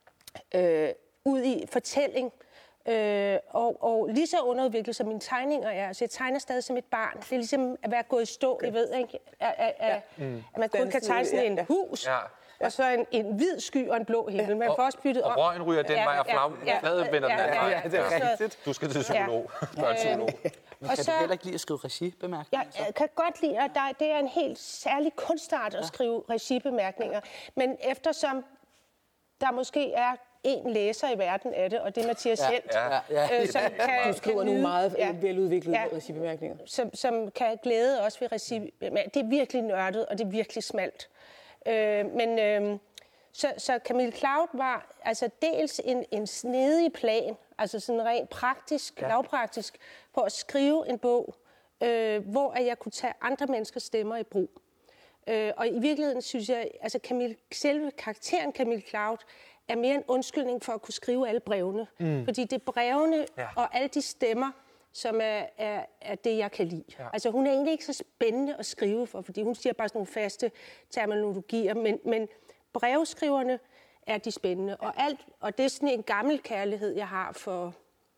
øh, ud i fortælling. Øh, og, og lige så underudviklet som mine tegninger er. Altså, jeg tegner stadig som et barn. Det er ligesom at være gået i stå, okay. Jeg ved, ikke? At, at, at, ja. mm. at man kun kan tegne sådan en hus. Ja. Og så en, en hvid sky og en blå himmel. Man får også byttet Og om. røgen ryger den vej, og flaget vender den anden vej. Ja, det er rigtigt. Du skal til psykolog. Børnepsykolog. Men Og kan så- du heller ikke lide at skrive regibemærkninger? Jeg øh, kan godt lide, at der, det er en helt særlig kunstart at skrive regibemærkninger. Men eftersom der måske er en læser i verden af det, og det er Mathias Ja, Helt, ja, ja. øh, som kan, Du skriver kan nogle nyde- meget ja, ja. veludviklede Ja. ja. regibemærkninger. som, som kan glæde os ved regibemærkninger. Det er virkelig nørdet, og det er virkelig smalt. Øh, men øh, så, så Camille Claud var altså dels en, en snedig plan, altså sådan rent praktisk, ja. lavpraktisk, på at skrive en bog, øh, hvor at jeg kunne tage andre menneskers stemmer i brug. Øh, og i virkeligheden synes jeg, altså Camille, selve karakteren Camille Claud er mere en undskyldning for at kunne skrive alle brevene. Mm. Fordi det er brevene Ja. og alle de stemmer, som er, er, er det, jeg kan lide. Ja. Altså hun er egentlig ikke så spændende at skrive for, fordi hun siger bare sådan nogle faste terminologier, men, men brevskriverne er de spændende. Og, alt, og det er sådan en gammel kærlighed, jeg har for...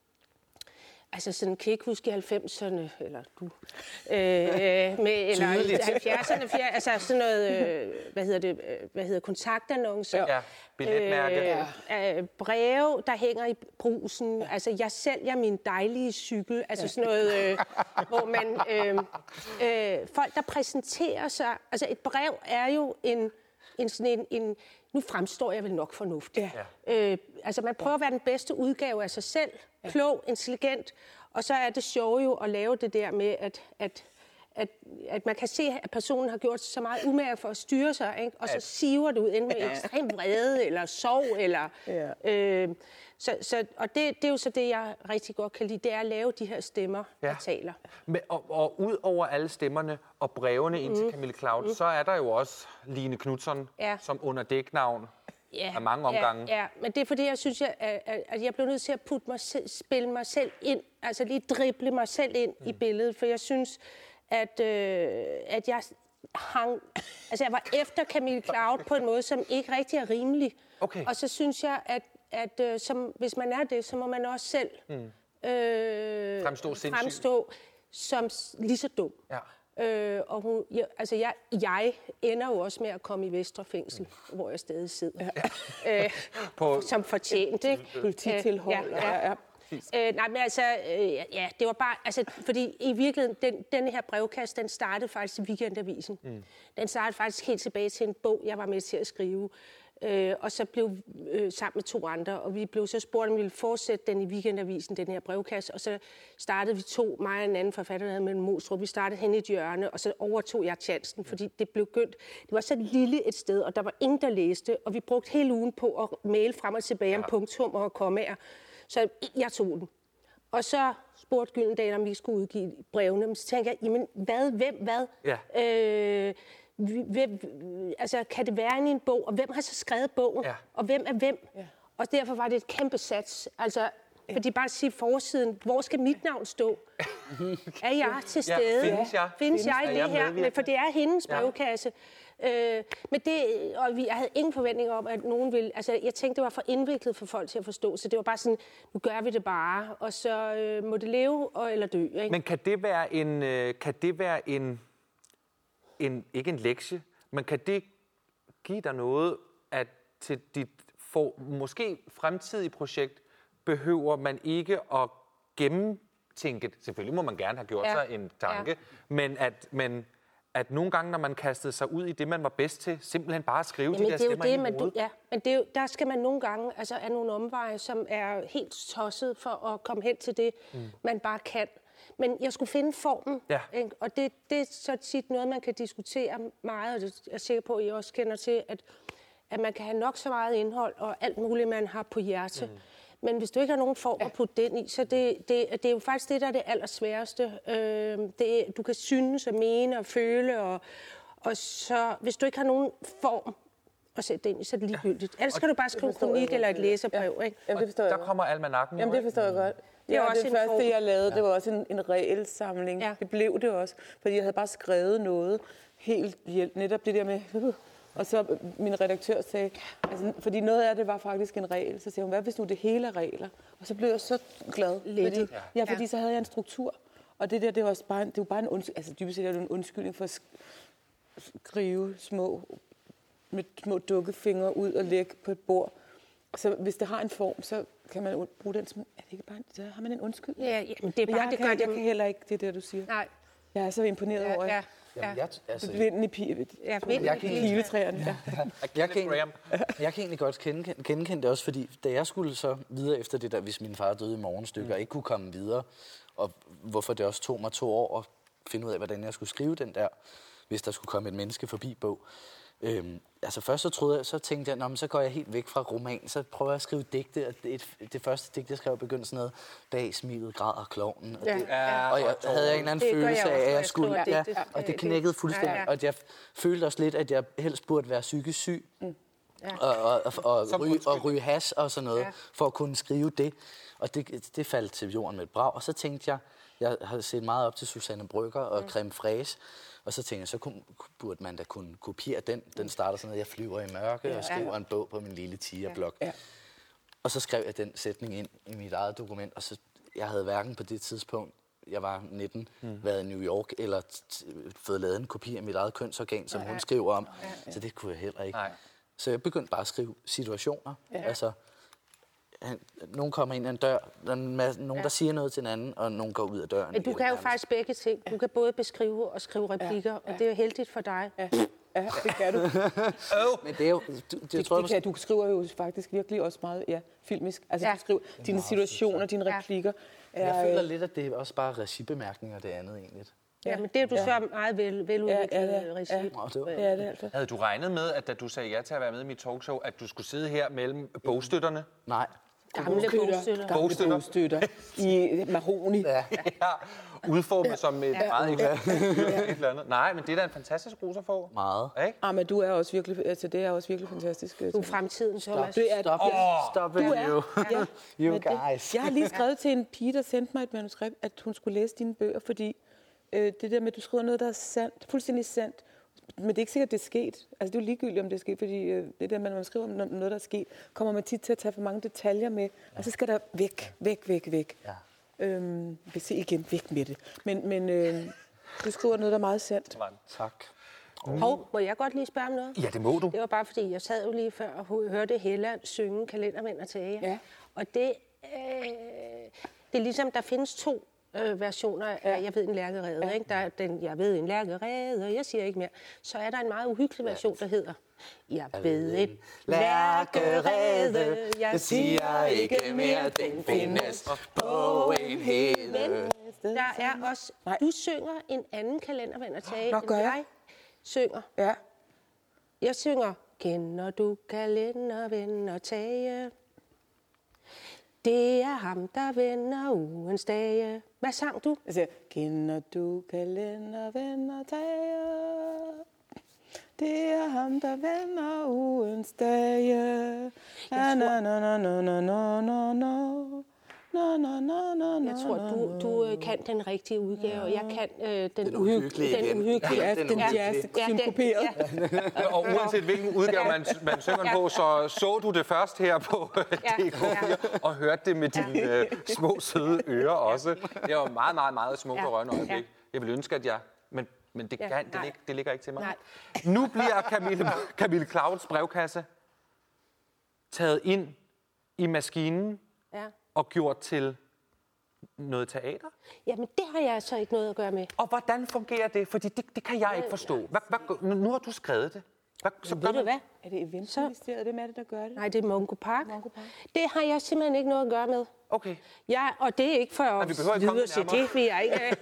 Altså sådan, kan jeg ikke huske i halvfemserne, eller du, øh, med, eller i halvfjerdserne, fjer, altså sådan noget, øh, hvad hedder det, øh, hvad hedder kontaktannoncer. Ja, billetmærke. Øh, øh, breve, der hænger i brusen. Ja. Altså, jeg sælger min dejlige cykel. Altså sådan noget, øh, hvor man... Øh, øh, folk, der præsenterer sig... Altså, et brev er jo en... en, sådan en, en nu fremstår jeg vel nok fornuftigt. Ja. Øh, altså, man prøver at være den bedste udgave af sig selv. Ja. Klog, intelligent. Og så er det sjovt jo at lave det der med, at... at At, at man kan se, at personen har gjort så meget umærke for at styre sig, ikke? Og så at... siver det ud enten med ekstrem vrede, eller sorg, eller... Ja. Øh, så, så, og det, det er jo så det, jeg rigtig godt kan lide, det er at lave de her stemmer, ja. der taler. Men, og, og ud over alle stemmerne og brevene ind til mm. Camille Claud, mm. så er der jo også Line Knutzon, ja. som under dæknavn ja. af mange omgange. Ja, ja, men det er fordi, jeg synes, jeg, at, at jeg blev nødt til at putte mig selv, spille mig selv ind, altså lige drible mig selv ind mm. i billedet, for jeg synes... At, øh, at jeg hang... Altså, jeg var efter Camille Claud på en måde, som ikke rigtig er rimelig. Okay. Og så synes jeg, at, at øh, som, hvis man er det, så må man også selv mm. øh, Fremstå sindssyg. fremstå som s- lige så dum. Ja. Øh, og hun, jeg, altså jeg, jeg ender jo også med at komme i Vestre Fængsel, mm. hvor jeg stadig sidder. Ja. Øh, På som fortjent, ikke? Polititilhold. Øh, ja, ja. Øh, nej, men altså, øh, ja, det var bare, altså, fordi i virkeligheden, den, den her brevkast, den startede faktisk i Weekendavisen. Mm. Den startede faktisk helt tilbage til en bog, jeg var med til at skrive. Øh, og så blev øh, sammen med to andre, og vi blev så spurgt, om vi ville fortsætte den i Weekendavisen, den her brevkasse, og så startede vi to, mig og en anden forfatter, der havde med Mostrup, vi startede hen i et hjørne, og så overtog jeg chancen, fordi det blev gønt. Det var så lille et sted, og der var ingen, der læste, og vi brugte hele ugen på at maile frem og tilbage om punktum og kommaer. Så jeg tog den. Og så spurgte Gyldendal, om vi skulle udgive brevene. Men så tænkte jeg, jamen hvad, hvem, hvad? Ja. Øh, hvem, altså, kan det være inde i en bog? Og hvem har så skrevet bogen? Ja. Og hvem er hvem? Ja. Og derfor var det et kæmpe sats. Altså, ja. Fordi bare at sige forsiden, hvor skal mit navn stå? Er jeg til Ja, stede? findes jeg? Findes jeg i Er det jeg her? medvirkende? Men, for det er hendes Ja. brevkasse. Øh, men det, og vi, jeg havde ingen forventninger om, at nogen ville... Altså, jeg tænkte, det var for indviklet for folk til at forstå, så det var bare sådan, nu gør vi det bare, og så øh, må det leve og, eller dø. Ikke? Men kan det være en, øh, kan det være en, en, ikke en lektie, men kan det give dig noget, at til dit for, måske fremtidige projekt behøver man ikke at gennemtænke det. Selvfølgelig må man gerne have gjort Ja. sig en tanke, Ja. men at, men at nogle gange, når man kastede sig ud i det, man var bedst til, simpelthen bare at skrive Jamen, de der det er jo stemmer det, ind i man, du, hovedet. ja, men det er jo, der skal man nogle gange altså af nogle omveje, som er helt tosset for at komme hen til det, mm. man bare kan. Men jeg skulle finde formen, Ja. ikke? Og det, det er så tit noget, man kan diskutere meget, og det er jeg sikker på, at I også kender til, at, at man kan have nok så meget indhold og alt muligt, man har på hjerte. Mm. Men hvis du ikke har nogen form at putte den i, så det, det, det er jo faktisk det, der er det allersværeste. Øh, det, du kan synes og mene og føle, og, og så hvis du ikke har nogen form at sætte den i, så er det ligegyldigt. Ellers skal du bare skrive en kronik eller et læserbrev, ikke? Jamen, det forstår jeg Der godt. kommer almanakken. Jamen, det forstår jeg godt. Det er Ja, også det en første, form. jeg lavede, det var også en, en regelsamling. Ja. Det blev det også, fordi jeg havde bare skrevet noget helt hjælp. Netop det der med... Og så min redaktør sagde, altså, fordi noget af det var faktisk en regel, så sagde hun, hvad hvis nu det hele er regler? Og så blev jeg så glad. Lettet. Fordi, ja, fordi så havde jeg en struktur. Og det der, det var også bare, det var bare en undskyldning, altså dybest set er det en undskyldning for at skrive små, med små dukkefingre ud og lægge på et bord. Så hvis det har en form, så kan man bruge den som, er det ikke bare, så har man en undskyldning? Ja, ja, men det er Men bare, jeg, det kan, gør jeg det. kan heller ikke, det der, du siger. Nej, Jeg er så imponeret ja, over ja, ja. Jamen, ja. jeg, altså, vinden i pi- Ja, vinden jeg i kan piletræerne. piletræerne. Ja. jeg, kan egentlig, jeg kan egentlig godt genkende, genkende det også, fordi da jeg skulle så videre efter det der, hvis min far døde i morgenstykker, mm. og ikke kunne komme videre, og hvorfor det også tog mig to år at finde ud af, hvordan jeg skulle skrive den der, hvis der skulle komme et menneske forbi bog. Øhm, altså først så troede jeg, så tænkte jeg, nå, men så går jeg helt væk fra roman, så prøver jeg at skrive digte, og det, det første digt, jeg skrev, begyndte sådan noget, bag smilet græder klovnen. Og, Ja. det, Ja, og jeg havde en eller anden Det gør følelse jeg også, af, når at jeg jeg skulle, skriver ja, digte. og det Det- knækkede fuldstændig, ja, ja. og jeg følte også lidt, at jeg helst burde være psykisk syg, mm. Ja. og, og, og, og, Som ryge, undskyldning. og ryge hash og sådan noget, Ja. for at kunne skrive det. Og det, det faldt til jorden med et brag, og så tænkte jeg, jeg har set meget op til Susanne Brøgger og mm. Creme Fraiche, og så tænkte jeg, så kunne, burde man da kunne kopiere den. Den starter sådan noget, jeg flyver i mørke ja, og skriver ja. en bog på min lille tigerblok. Ja. Og så skrev jeg den sætning ind i mit eget dokument, og så, jeg havde hverken på det tidspunkt, jeg var nitten, mm. været i New York, eller t- fået lavet en kopi af mit eget kønsorgan, som ja. hun skriver om. Ja, ja. Så det kunne jeg heller ikke. Nej. Så jeg begyndte bare at skrive situationer. Ja. Altså, han, nogen kommer ind ad en dør, der er en masse, nogen, ja. der siger noget til en anden, og nogen går ud af døren. Men du kan jo faktisk begge ting. Du kan både beskrive og skrive replikker, ja, ja. og det er jo heldigt for dig. Ja, ja det kan du. Men det er jo... Du, det, Det, tror, det kan, du skriver jo faktisk virkelig også meget ja, filmisk. Altså, Ja. du skriver dine situationer, dine Ja. replikker. jeg er, føler lidt, at det er også bare regibemærkninger, det andet egentlig. Ja, men det er du Ja. så meget vel, veludviklet Ja, ja, ja. regi. Nå, det var, det er det altså. Havde du regnet med, at da du sagde ja til at være med i mit talkshow, at du skulle sidde her mellem bogstøtterne? nej. Gamle bogstøtter. Gamle Bogstøtter. bogstøtter i mahoni. Ja. Ja, udformet som et Ja. meget ja. et eller andet. Nej, men det er da en fantastisk rose at få. Meget. Ikke? Ah, men du er også virkelig, altså det er også virkelig fantastisk. Du er fremtiden, Thomas. Det er Stop ja. it. Stop it, Du er. you. Ja. You Men det- guys. Jeg har lige skrevet til en pige, der sendte mig et manuskript, at hun skulle læse dine bøger, fordi øh, det der med, at du skriver noget, der er sandt, fuldstændig sandt, men det er ikke sikkert, det er sket. Altså, det er jo ligegyldigt, om det er sket, fordi øh, det der med, når man skriver om noget, der er sket, kommer man tit til at tage for mange detaljer med, og så skal der væk, væk, væk, væk. Ja. Øhm, jeg vil se igen, væk med det. Men, men øh, du skriver noget, der er meget sandt. Tak. Hov, må jeg godt lige spørge om noget? Ja, det må du. Det var bare fordi, jeg sad jo lige før og hørte Hella synge Kalendermænd og Tage. Ja. Og det, øh, det er ligesom, der findes to øh, versioner af Jeg ved en lærkerede. Ja. Ikke? Der er den, jeg ved en lærkerede, og jeg siger ikke mere. Så er der en meget uhyggelig version, der hedder Jeg ved en lærkerede, jeg siger ikke mere, den findes på en hede. Men der er også, Nej. du synger en anden Kalendermænd og Tage, Nå, end gør jeg? jeg synger. Ja. Jeg synger, kender du Kalenderven og Tage? Det er ham, der vender ugens dage. Hvad sang du? Jeg siger, kender du kalender, venner, tager? Det er ham, der vender ugens dage. Na, na, na, na, na, na, na, na, na. Na, na, na, na, na, Jeg tror, du, du øh, kan den rigtige udgave, og jeg kan øh, den, Den uhyggelige Den igen. uhyggelige. Ja, den jazz, synkoperet. Ja, Og uanset hvilken udgave man, man synger den på, så så du det først her på Ja, D K fire, og hørte det med dine øh, små, søde ører også. Det var meget, meget, meget smukt og rørende øjeblik. Jeg ville ønske, at jeg... Men, men det, Ja, kan, det, nej. lig, det ligger ikke til mig. Nej. Nu bliver Camille, Camille Claudens brevkasse taget ind i maskinen ja. og gjort til noget teater. Jamen, det har jeg så ikke noget at gøre med. Og hvordan fungerer det? Fordi det, det kan jeg ikke forstå. Hvad, hvad, nu har du skrevet det. Hvad, så Ved du hvad? Er det eventministeriet, det er det, der gør det? Nej, det er Mungo Park. Mungo Park. Det har jeg simpelthen ikke noget at gøre med. Okay. Ja, og det er ikke for at vi behøver ikke komme videre til nærmere. det, vil jeg ikke.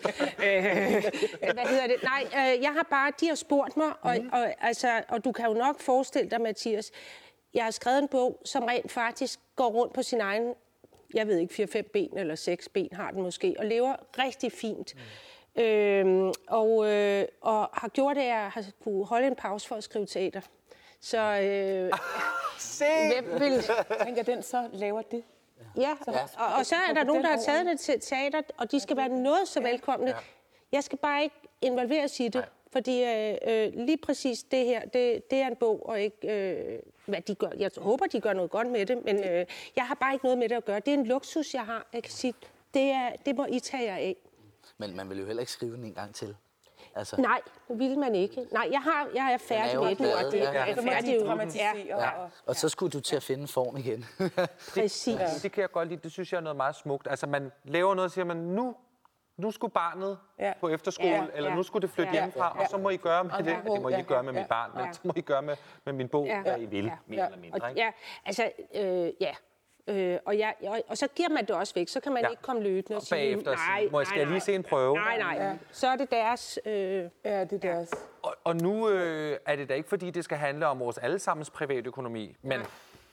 Øh, hvad hedder det? Nej, øh, jeg har bare, de har spurgt mig, og, Mhm. og, altså, og du kan jo nok forestille dig, Mathias, jeg har skrevet en bog, som rent faktisk går rundt på sin egen, jeg ved ikke, fire-fem ben eller seks ben har den måske, og lever rigtig fint. Mm. Øhm, og, øh, og har gjort det, at jeg har kunne holde en pause for at skrive teater. Så øh, hvem vil... Tænker den så laver det? Ja, og, og så er der nogen, der har taget det til teater, og de skal være noget så velkomne. Jeg skal bare ikke involveres i det, fordi øh, øh, lige præcis det her, det, det er en bog, og ikke øh, hvad de gør. Jeg håber, de gør noget godt med det, men øh, jeg har bare ikke noget med det at gøre. Det er en luksus, jeg har. Jeg kan sige, det, er, det må I tage jer af. Men man vil jo heller ikke skrive den en gang til. Altså, Nej, det vil man ikke. Nej, jeg, har, jeg er færdig jo med den, og lavet, det ja. er Så må færdig. de dramatisere. ja. Og så skulle du til at finde form igen. Præcis. Ja. Det kan jeg godt lide. Det synes jeg er noget meget smukt. Altså, man laver noget og siger, man, nu, nu skulle barnet Ja. på efterskole, Ja. eller Ja. nu skulle det flytte Ja. hjemmefra, Ja. og så må I gøre med det. Ja. Det må I ikke gøre med Ja. mit barn, men Ja. så må I gøre med, med min bog, Ja. hvad I vil, Ja. mere eller mindre. Og, Ikke? ja, altså, øh, ja. Øh, og, ja, og, og så giver man det også væk, så kan man Ja. ikke komme løbende og, Og sige, bagefter nej, sige, må jeg, skal jeg lige se en prøve? Nej, nej, ja. Så er det deres... Øh, Ja, det er deres. Og, og nu øh, er det da ikke, fordi det skal handle om vores allesammens privatøkonomi, men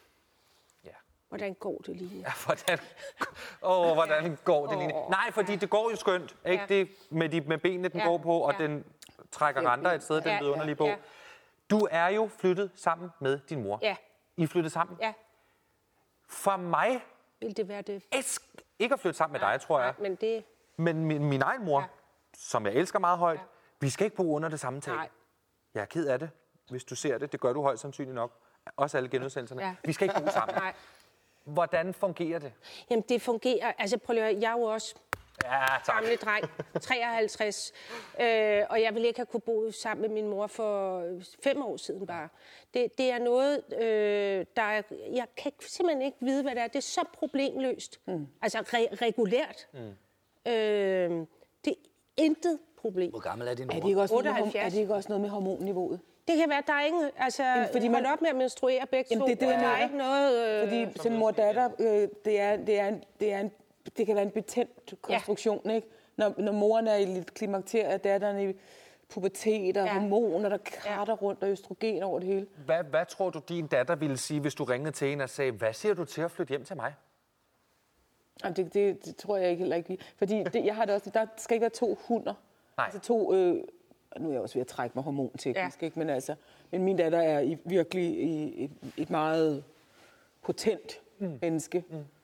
hvordan går det lige? ja, hvordan, åh, hvordan går det lige? Nej, fordi det går jo skønt, ikke? Ja. Det med, de, med benene, den Ja. går på, og Ja. den trækker renter et sted, den Ja. vidunderlige bog. Ja. Du er jo flyttet sammen med din mor. Ja, I er flyttet sammen. ja. For mig, Vil det være det? elsk, ikke at flytte sammen med dig, tror jeg, Nej, men det... men min, min egen mor, Ja. som jeg elsker meget højt, Ja. vi skal ikke bo under det samme tag. Nej. Jeg er ked af det, hvis du ser det. Det gør du højst sandsynligt nok. Også alle genudsendelserne. Ja. Vi skal ikke bo sammen. Nej. Hvordan fungerer det? Jamen, det fungerer... Altså, prøv lige at høre, jeg er jo også Ja, tak. gamle dreng, treoghalvtreds, øh, og jeg ville ikke have kunne bo sammen med min mor for fem år siden bare. Det, det er noget, øh, der er, jeg kan simpelthen ikke vide, hvad det er. Det er så problemløst. Mm. Altså re- regulært. Mm. Øh, det er intet problem. Hvor gammel er din mor? Er det ikke også, noget med, otteoghalvfjerds. horm- er det ikke også noget med hormonniveauet? Det kan være, der er ingen... Altså, Jamen, fordi man- hold op med at menstruere begge Jamen, to. det er det, jeg der er mener. ikke noget... Øh, Fordi sådan mor-datter, øh, det, er, det, er en, det, er en, det kan være en betændt konstruktion, ikke? Når, når moren er i lidt klimakterie, og datteren i pubertet og Ja. hormoner, der kratter rundt, og østrogen over det hele. Hvad, hvad tror du, din datter ville sige, hvis du ringede til hende og sagde, hvad siger du til at flytte hjem til mig? Jamen, det, det, det tror jeg ikke heller ikke. Fordi det, jeg har det også, der skal ikke være to hunder. Nej. Altså to... Øh, nu er jeg også ved at trække mig hormonteknisk, Ja. ikke? Men, altså, men min datter er i, virkelig i et, et meget potent mm. menneske. Mm.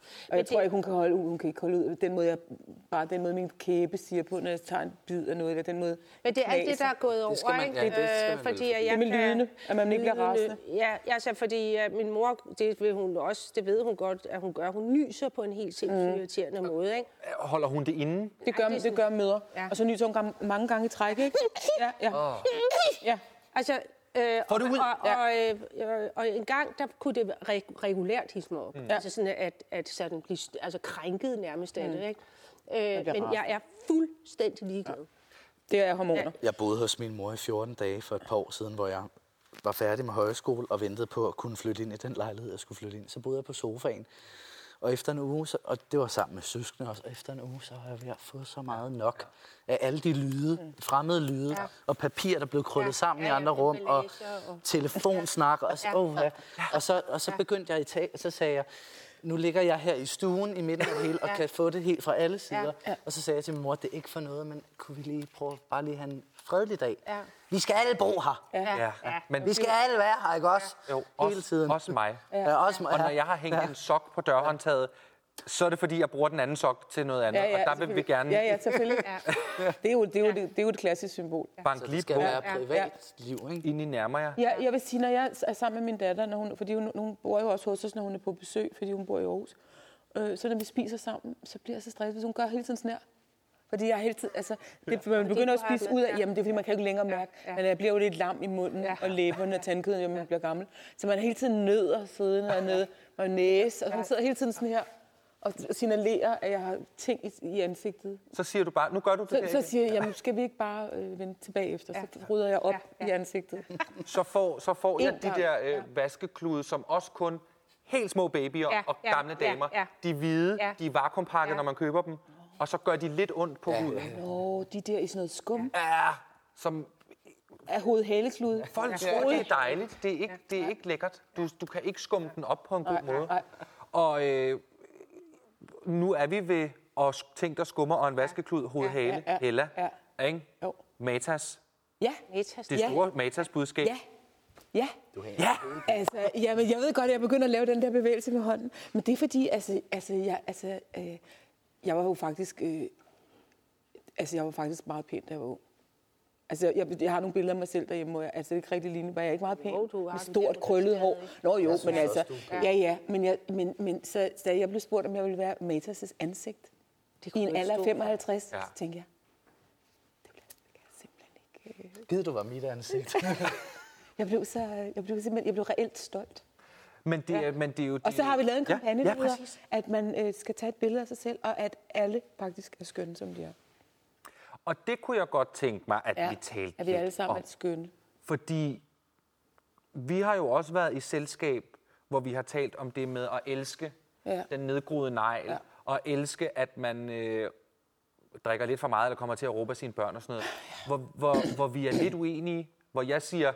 Og jeg tror ikke, hun kan holde ud. Hun kan ikke holde ud. Den måde, jeg, bare den måde, min kæbe siger på, når jeg tager en bid af noget, eller den måde... Men det er alt det, der er gået over, man- ikke? ja, det skal man Øh, fordi vel. at jeg Det er med kan- lydene, at man ikke bliver lydene- rasende. Ja, altså fordi uh, min mor, det ved hun også, det ved hun godt, at hun gør. Hun nyser på en helt sindssygt Mm. irriterende måde, ikke? Holder hun det inde? Det gør, Ej, det er det gør mødre. Ja. Og så nyser hun gang- mange gange i træk, ikke? Ja, ja. Oh. ja. Altså, øh, Får det ud? Og, og, og, øh, og en gang, der kunne det re- regulært hisse mig op. Mm. Altså sådan, at, at sådan blive st- altså krænket nærmest af det, ikke? Øh, bliver men rasende. jeg er fuldstændig ligeglad. Det er hormoner. Jeg boede hos min mor i fjorten dage for et par år siden, hvor jeg var færdig med højskole og ventede på at kunne flytte ind i den lejlighed, jeg skulle flytte ind. Så boede jeg på sofaen. Og efter en uge, så, og det var sammen med søskende også, og efter en uge, så var jeg ved at få så meget nok af alle de lyde, fremmede lyde, ja. og papir, der blev krøllet Ja. sammen Ja, i ja, andre rum, og emballager og- telefonsnak, og, så, Ja. oh, ja. og, så, og så begyndte jeg i tag, og så sagde jeg, nu ligger jeg her i stuen i midten af det hele, og Ja. kan få det helt fra alle sider. Ja. Og så sagde jeg til min mor, det er ikke for noget, men kunne vi lige prøve bare lige have en fredelig dag? Ja. Vi skal alle bo her. Ja. Ja, men Vi skal alle være her, ikke også? jo, Hele også, tiden. også mig. Ja, også, Og når jeg har hængt en sok på dørhåndtaget, så er det fordi, jeg bruger den anden sok til noget andet. Ja, ja, og der vil vi selvfølgelig. gerne Ja, ja, selvfølgelig. Det er jo, det er jo, det, det er jo et klassisk symbol. banke Så det lige skal på, være privat liv, ikke? ind i nærmer jer. Ja, jeg vil sige, når jeg er sammen med min datter, når hun, fordi hun, hun bor jo også hos os, når hun er på besøg, fordi hun bor i Aarhus. Øh, så når vi spiser sammen, så bliver jeg så stresset, hvis hun gør hele tiden sådan her. Fordi jeg hele tiden, altså, det, man begynder at du har spise med, ud af, ja. jamen det er fordi, man kan jo ikke længere mærke, ja. men jeg bliver jo lidt lam i munden Ja. og læberne og tandkøden, når man bliver gammel. Så man er hele tiden nødder siddende hernede, og næse, og hun sidder hele tiden sådan her og signalerer, at jeg har ting i, i ansigtet. Så siger du bare, nu gør du det Så, der så igen. siger jeg, jamen skal vi ikke bare øh, vende tilbage efter, så rydder jeg op Ja, ja. i ansigtet. Så får, så får jeg En de gang. der øh, vaskeklude, som også kun helt små babyer Ja, og ja, gamle ja, damer, ja. de hvide, Ja. de er vakuumpakket, Ja. når man køber dem, og så gør de lidt ondt på huden. Åh, de der i sådan noget skum Ja, som af hovedhaleklude. folk tror, det er dejligt. Det er ikke, det er ikke lækkert. Du, du kan ikke skumme den op på en god måde. nej. Og øh, nu er vi ved at tænke dig skummer og en vaskeklud, hovedhale, Ja, ja, Hella, ja. ikke? Jo. Matas. Ja, Metas. Det Ja. store Matas budskab. ja, ja. Ja. Altså, jamen, jeg ved godt, at jeg begynder at lave den der bevægelse med hånden. Men det er fordi, altså, altså, jeg, altså, øh, jeg var jo faktisk, øh, altså, jeg var faktisk meget pæn, da jeg var ung. Altså, jeg, jeg har nogle billeder af mig selv derhjemme, hvor jeg, altså, det er ikke rigtig lignende, var jeg ikke meget pæn? Jo, du har med den stort, der krøllet hår. Nå jo, men altså, også, du er ja, ja, men, jeg, men, men så, da jeg blev spurgt, om jeg ville være Matas' ansigt Det i kunne en du ikke alder af stå for. femoghalvtreds, Ja. så tænkte jeg, det bliver det kan jeg simpelthen ikke. øh. Gid du var mit ansigt. Jeg blev så, jeg blev simpelthen, jeg blev reelt stolt. Men det, er, men det er jo... Og så har vi lavet en kampagne, ja, der ja, hedder, præcis. at man øh, skal tage et billede af sig selv, og at alle faktisk er skønne, som de er. Og det kunne jeg godt tænke mig, at Ja, vi talte at vi alle lidt sammen om. er skønne. Fordi vi har jo også været i selskab, hvor vi har talt om det med at elske Ja. den nedgroede negl, Ja. og elske, at man øh, drikker lidt for meget, eller kommer til at råbe af sine børn og sådan noget. Hvor, hvor, hvor vi er lidt uenige, hvor jeg siger,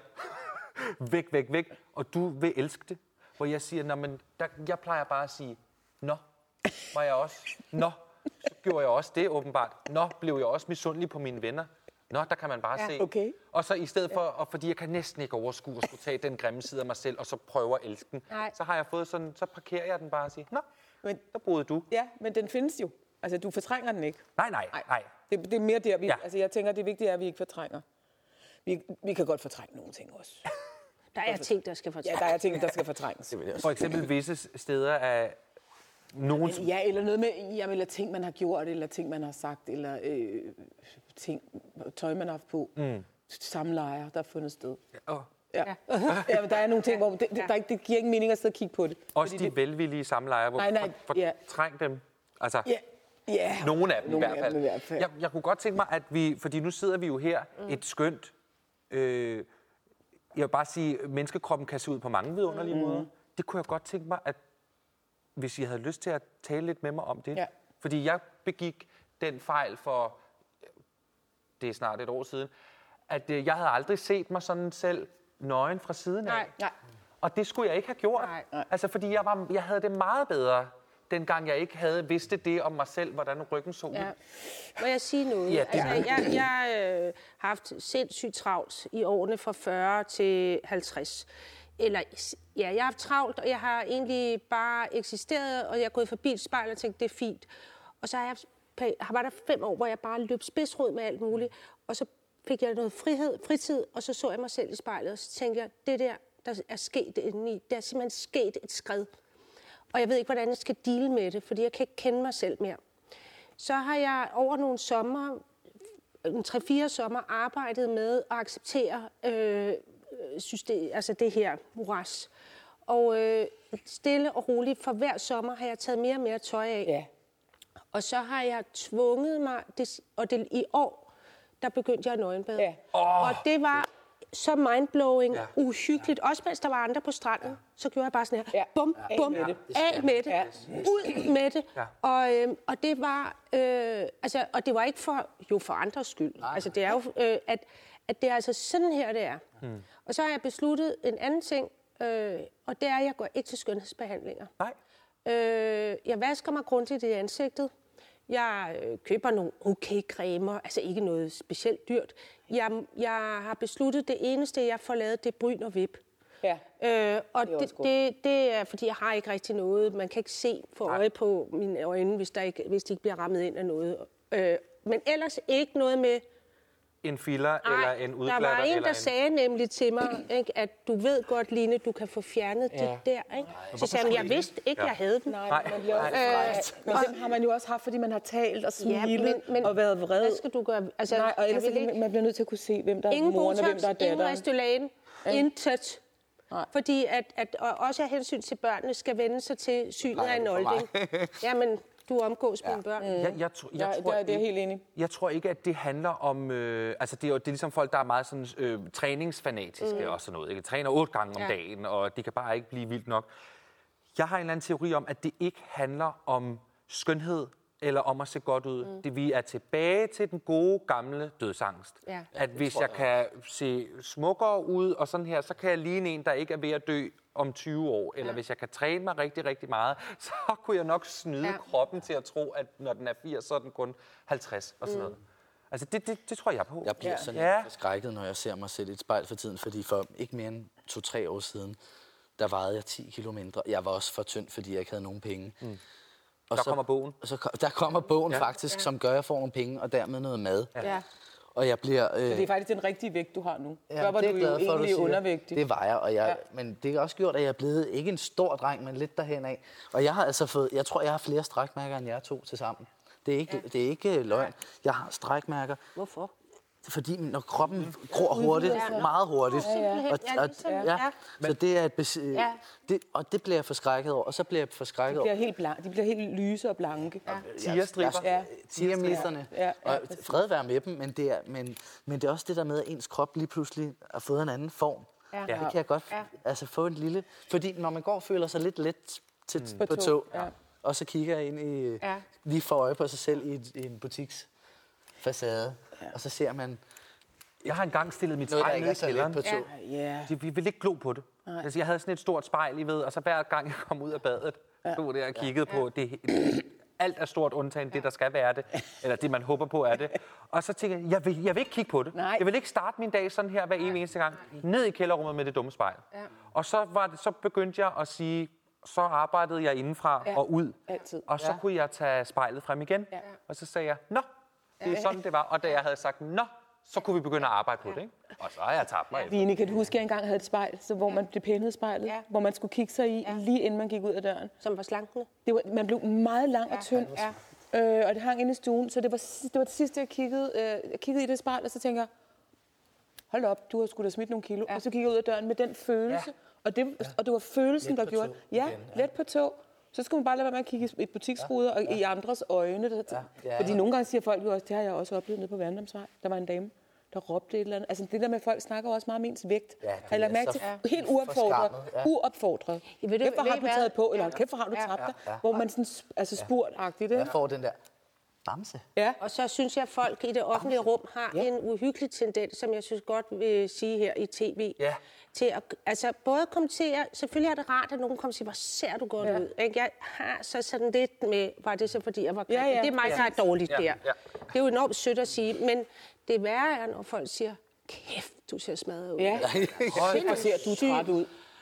væk, væk, væk, og du vil elske det. Hvor jeg siger, nå, men der, jeg plejer bare at sige, nå, var jeg også, nå, så gjorde jeg også det åbenbart. Nå, blev jeg også misundelig på mine venner. Nå, der kan man bare Ja. se. Okay. Og så i stedet for, og fordi jeg kan næsten ikke overskue at skulle tage den grimme side af mig selv, og så prøve at elske den, Nej. så har jeg fået sådan, så parkerer jeg den bare og siger, nå, Men, der boede du. ja, men den findes jo. Altså, du fortrænger den ikke. Nej, nej, nej. Det, det er mere der, vi... Ja. Ja. Altså, jeg tænker, det vigtige er, at vi ikke fortrænger. Vi, vi kan godt fortrænge nogle ting også. Der er ting, der skal Ja, fortælles. der er ting, der skal fortrænges. For eksempel visse steder af nogen... Ja, eller noget med, jamen, eller ting, man har gjort, eller ting, man har sagt, eller øh, ting, tøj, man har haft på. Mm. Samlejer, der er fundet sted. Åh, Ja. Ja, men der er nogle ting, hvor det, det, der, er ikke- det giver ikke mening at sidde og kigge på det. også Fordi de det, velvillige samlejre, hvor Nej, nej, for, ja. fortræng dem. Altså, Ja, ja. nogle af dem Nogle i hvert af fald. dem i hvert fald. Jeg, jeg kunne godt tænke mig, at vi... Fordi nu sidder vi jo her, mm. et skønt... Øh, jeg vil bare sige, at menneskekroppen kan se ud på mange vidunderlige mm. måder. Det kunne jeg godt tænke mig, at hvis I havde lyst til at tale lidt med mig om det. Ja. Fordi jeg begik den fejl for... Det er snart et år siden. At øh, jeg havde aldrig set mig sådan selv nøgen fra siden af. Nej. Nej. Og det skulle jeg ikke have gjort. Nej. Altså, fordi jeg, var, jeg havde det meget bedre, dengang jeg ikke havde vidste det om mig selv, hvordan ryggen så ud. Ja. Må jeg sige noget? Ja, det altså, jeg jeg øh, har haft sindssygt travlt i årene fra fyrre til halvtreds. eller ja, jeg har haft travlt, og jeg har egentlig bare eksisteret, og jeg er gået forbi et spejl og tænkt, det er fint. Og så har jeg har var der fem år, hvor jeg bare løb spidsrod med alt muligt, og så fik jeg noget frihed, fritid, og så så jeg mig selv i spejlet, og så tænkte jeg, det der, der er sket indeni, der er simpelthen sket et skred. Og jeg ved ikke, hvordan jeg skal deale med det, fordi jeg kan ikke kende mig selv mere. Så har jeg over nogle sommer, en tre-fire sommer, arbejdet med at acceptere øh, system, altså det her moras. Og øh, stille og roligt, for hver sommer har jeg taget mere og mere tøj af. Ja. Og så har jeg tvunget mig, det, og det, i år, der begyndte jeg at nøgenbade. Ja. Oh. Og det var så mindblowing, Ja. uhyggeligt. Også mens der var andre på stranden, ja. så gjorde jeg bare sådan her. Ja. Bum, Af bum, med det. af med det, Ja. ud med det. Ja. Og, øh, og det var, øh, altså, og det var ikke for, jo for andres skyld. Nej. Altså, det er jo, øh, at, at det er altså sådan her, det er. Hmm. Og så har jeg besluttet en anden ting, øh, og det er, at jeg går ikke til skønhedsbehandlinger. Nej. Øh, jeg vasker mig grundigt i ansigtet. Jeg øh, køber nogle okay cremer, altså ikke noget specielt dyrt. Jeg, jeg har besluttet, det eneste, jeg får lavet, det er bryn og vip. Ja. Øh, og Det er det, også det, det er, fordi jeg har ikke rigtig noget. Man kan ikke se for øje på mine øjne, hvis, der ikke, hvis de ikke bliver rammet ind af noget. Øh, men ellers ikke noget med... En filler Ej, eller en udglatter? der var en, eller der en... sagde nemlig til mig, ikke, at du ved godt, Line, du kan få fjernet ja. det der. Ikke? Så sagde han, jeg vidste ikke, ja. jeg havde den. Nej, man bliver også frelst. Men dem har man jo også haft, fordi man har talt og smilet men, men, og været vred. Hvad skal du gøre? Altså, Nej, og ellers jeg vil ikke, man bliver nødt til at kunne se, hvem der ingen er moren og hvem Botox, der er datteren. ingen Restylane, intet. Nej. Fordi at, at og også af hensyn til børnene skal vende sig til synet af en olding. Jamen, du omgås ja. mine børn. Mm. Jeg, jeg, tro, jeg, Ja, tror, det er- det er ikke- helt enig. Jeg tror ikke, at det handler om... Øh, altså, det er jo det er ligesom folk, der er meget sådan, øh, træningsfanatiske mm. og sådan noget. Ikke? Træner otte gange om Ja. dagen, og de kan bare ikke blive vildt nok. Jeg har en eller anden teori om, at det ikke handler om skønhed eller om at se godt ud. Mm. Det, vi er tilbage til den gode, gamle dødsangst. Ja. At hvis jeg kan se smukkere ud og sådan her, så kan jeg ligne en, der ikke er ved at dø om tyve år. Eller ja. hvis jeg kan træne mig rigtig, rigtig meget, så kunne jeg nok snyde ja. Ja. kroppen til at tro, at når den er firs, så er den kun halvtreds og sådan noget. Altså, det, det, det tror jeg på. Jeg bliver sådan Ja. ja. forskrækket, når jeg ser mig selv i et spejl for tiden, fordi for ikke mere end to-tre år siden, der vejede jeg ti kilo mindre. Jeg var også for tynd, fordi jeg ikke havde nogen penge. Mm. Og Der så, kommer bogen. Og så, kom- der kommer bogen Ja. ja. faktisk, ja. som gør, at jeg får nogle penge, og dermed noget mad. Ja. Ja. Og jeg bliver... Øh, Det er faktisk den rigtige vægt, du har nu. ja, Før var det er du jeg jo glad for, at du egentlig siger. undervægtig. Det var jeg, og jeg Ja. men det har også gjort, at jeg er blevet ikke en stor dreng, men lidt derhen af. Og jeg har altså fået... Jeg tror, jeg har flere strækmærker, end jer to til sammen. Det er ikke, ja. det er ikke løgn. Jeg har strækmærker. Hvorfor? Fordi når kroppen gror hurtigt, Ja. meget hurtigt. Ja, ja. Og, Ja, og, ligesom- ja. ja. Så det er et bes- Ja. det, og det bliver jeg forskrækket over, og så bliver jeg forskrækket De over. bliver helt, blank, de bliver helt lyse og blanke. Ja. Tigerstriber. Ja. Tigermisterne. Ja, ja, Og præcis. fred være med dem, men det, er, men, men det er også det der med, at ens krop lige pludselig har fået en anden form. Ja. Det kan jeg godt Ja. altså, få en lille... Fordi når man går og føler sig lidt let til, mm. på tå, tå, ja. og så kigger jeg ind i... Ja. Lige får øje på sig selv i, et, i en butiksfacade, ja. og så ser man Jeg har engang stillet mit noget, der spejl ikke ned er i så let kælderen. på tå. Ja. Ja. De, vi ville ikke glo på det. Altså, jeg havde sådan et stort spejl, I ved, og så hver gang jeg kom ud af badet, stod der og kiggede på det. Alt er stort, undtagen det, der skal være det, eller det, man håber på er det. Og så tænkte jeg, jeg vil, jeg vil ikke kigge på det. Nej. Jeg vil ikke starte min dag sådan her hver evig eneste gang. Ned i kælderrummet med det dumme spejl. Ja. Og så, var det, så begyndte jeg at sige, så arbejdede jeg indenfra Ja. og ud. Altid. Og så Ja. kunne jeg tage spejlet frem igen. Ja. Og så sagde jeg, nå, det er sådan, det var. Og da jeg havde sagt, nå, så kunne vi begynde at arbejde på det, ikke? Og så har jeg tabt mig. Line, kan du huske, at jeg engang havde et spejl, så hvor man det pænede spejlet, Ja. hvor man skulle kigge sig i, Ja. lige inden man gik ud af døren. Som var slankende. Det var, man blev meget lang og tynd, Ja. øh, og det hang inde i stuen, så det var, det var det sidste, jeg kiggede, øh, jeg kiggede i det spejl, og så tænker jeg, hold op, du har sgu da smidt nogle kilo. Ja. Og så gik jeg ud af døren med den følelse, ja. og, det, ja. og det var følelsen, Let der på gjorde, tå ja, igen, let på tå. Så skulle man bare lade være med at kigge i butiksruder og i andres øjne. Der, Ja. Ja. Fordi nogle gange siger folk jo også, det har jeg også oplevet nede på Vandrumsvej. Der var en dame, der råbte et eller andet. Altså det der med, at folk snakker også meget om ens vægt. Ja, det har jeg lagt er mærke så til? Helt uopfordret. forskammet, ja. Uopfordret. Ja, ved du- Kæft, hvor ved har I du hvad? taget på? Eller Ja. kæft, hvor har du Ja. tabt dig? Ja. Hvor man sådan, altså spurtagtigt, Jeg ikke? får den der bamse. Ja. Og så synes jeg, at folk i det offentlige rum har Ja. en uhyggelig tendens, som jeg synes godt vil sige her i tv. Ja. Til at altså, både kommentere, selvfølgelig er det rart, at nogen kommer og siger, hvor ser du godt Ja. ud. Ikke? Jeg har så sådan lidt med, var det så fordi jeg var Ja, ja. Det er mig, der er dårligt Ja, der. ja. Det er jo enormt sødt at sige, men det værre er, når folk siger, kæft, du ser smadret ud. Ja. Hvor ser du træt ud?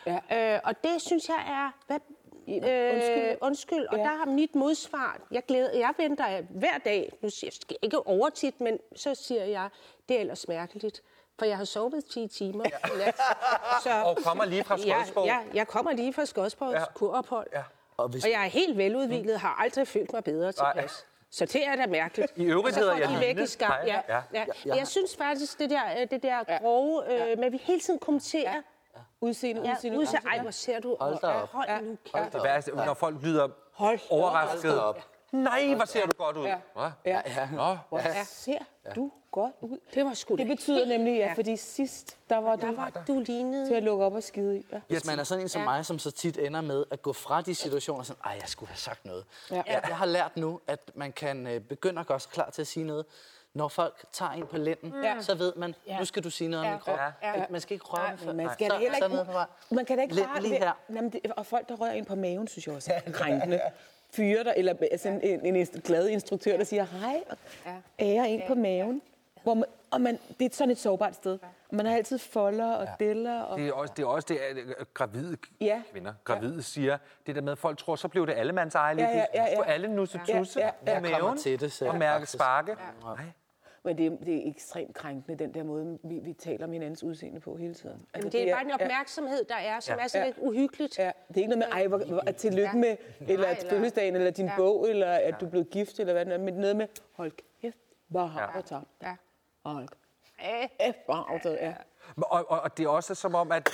Ja. Øh, og det synes jeg er... Hvad, øh, undskyld. undskyld. Og ja. Der har mit modsvar... Jeg, glæder, jeg venter hver dag. Nu siger jeg ikke overtit, men så siger jeg, det er ellers mærkeligt. For jeg har sovet ti timer i nat. Så, og kommer lige fra Skodsborg. Ja, ja, jeg kommer lige fra Skodsborgs ja. kurophold. Ja. Og, hvis... og jeg er helt veludviklet, har aldrig følt mig bedre tilpas. Så det er da mærkeligt. I øvrigt hedder jeg Line. Ja, ja, ja. Ja. Ja. Jeg synes faktisk, det der, det der grove, øh, ja. med vi hele tiden kommenterer. Ja. Ja. Udseende, ja, udseende. udseende. Ej, hvor ser du. Hold da op. Hold nu. Hold da op. Ja. Når folk lyder overrasket. Nej, hvor ser du godt ud. Ja. Ja. Ja. Ja. Hvor ser du godt ud. Det var sgu det. betyder nemlig, ja, fordi sidst, der var der du, var du lignet til at lukke op og skide i. Ja. Hvis man er sådan en som ja. mig, som så tit ender med at gå fra de situationer, sådan, ej, jeg skulle have sagt noget. Ja. Jeg, jeg har lært nu, at man kan øh, begynde at gøre sig klar til at sige noget. Når folk tager en på lænden, ja. så ved man, nu skal du sige noget ja. om min krop. Ja. Man skal ikke røre det. Man skal det heller ikke. Man kan da ikke røre lige her. Jamen, det, og folk, der rører ind på maven, synes jeg også er krænkende. Fyre der, eller altså en, en, en glad instruktør, der siger hej, og ærer en på maven. Hvor man, og man, det er sådan et sårbart sted. Man har altid folder og deller. Og... Det er også det, er også det at gravide ja. kvinder, gravide ja. siger, det der med, at folk tror, så blev det allemands eje lige ja, ja, ja, ja. For alle nusse-tusse ja, ja, ja. på maven til det, og mærke sparke. Ja. Nej. Men det er, det er ekstremt krænkende, den der måde, vi, vi taler om hinandens udseende på hele tiden. Altså, det er bare en opmærksomhed, der er, som ja. er så lidt uhyggeligt. Ja. Det er ikke noget med, ej, hvor, hvor, tillykke ja. med, eller at fødselsdagen, eller din ja. bog, eller at du er blevet gift, eller hvad det er, men noget med, hold kæft, hvor har du tabt. Ja. Hold kæft, hvor har du ja. Og, og, og det er også som om, at...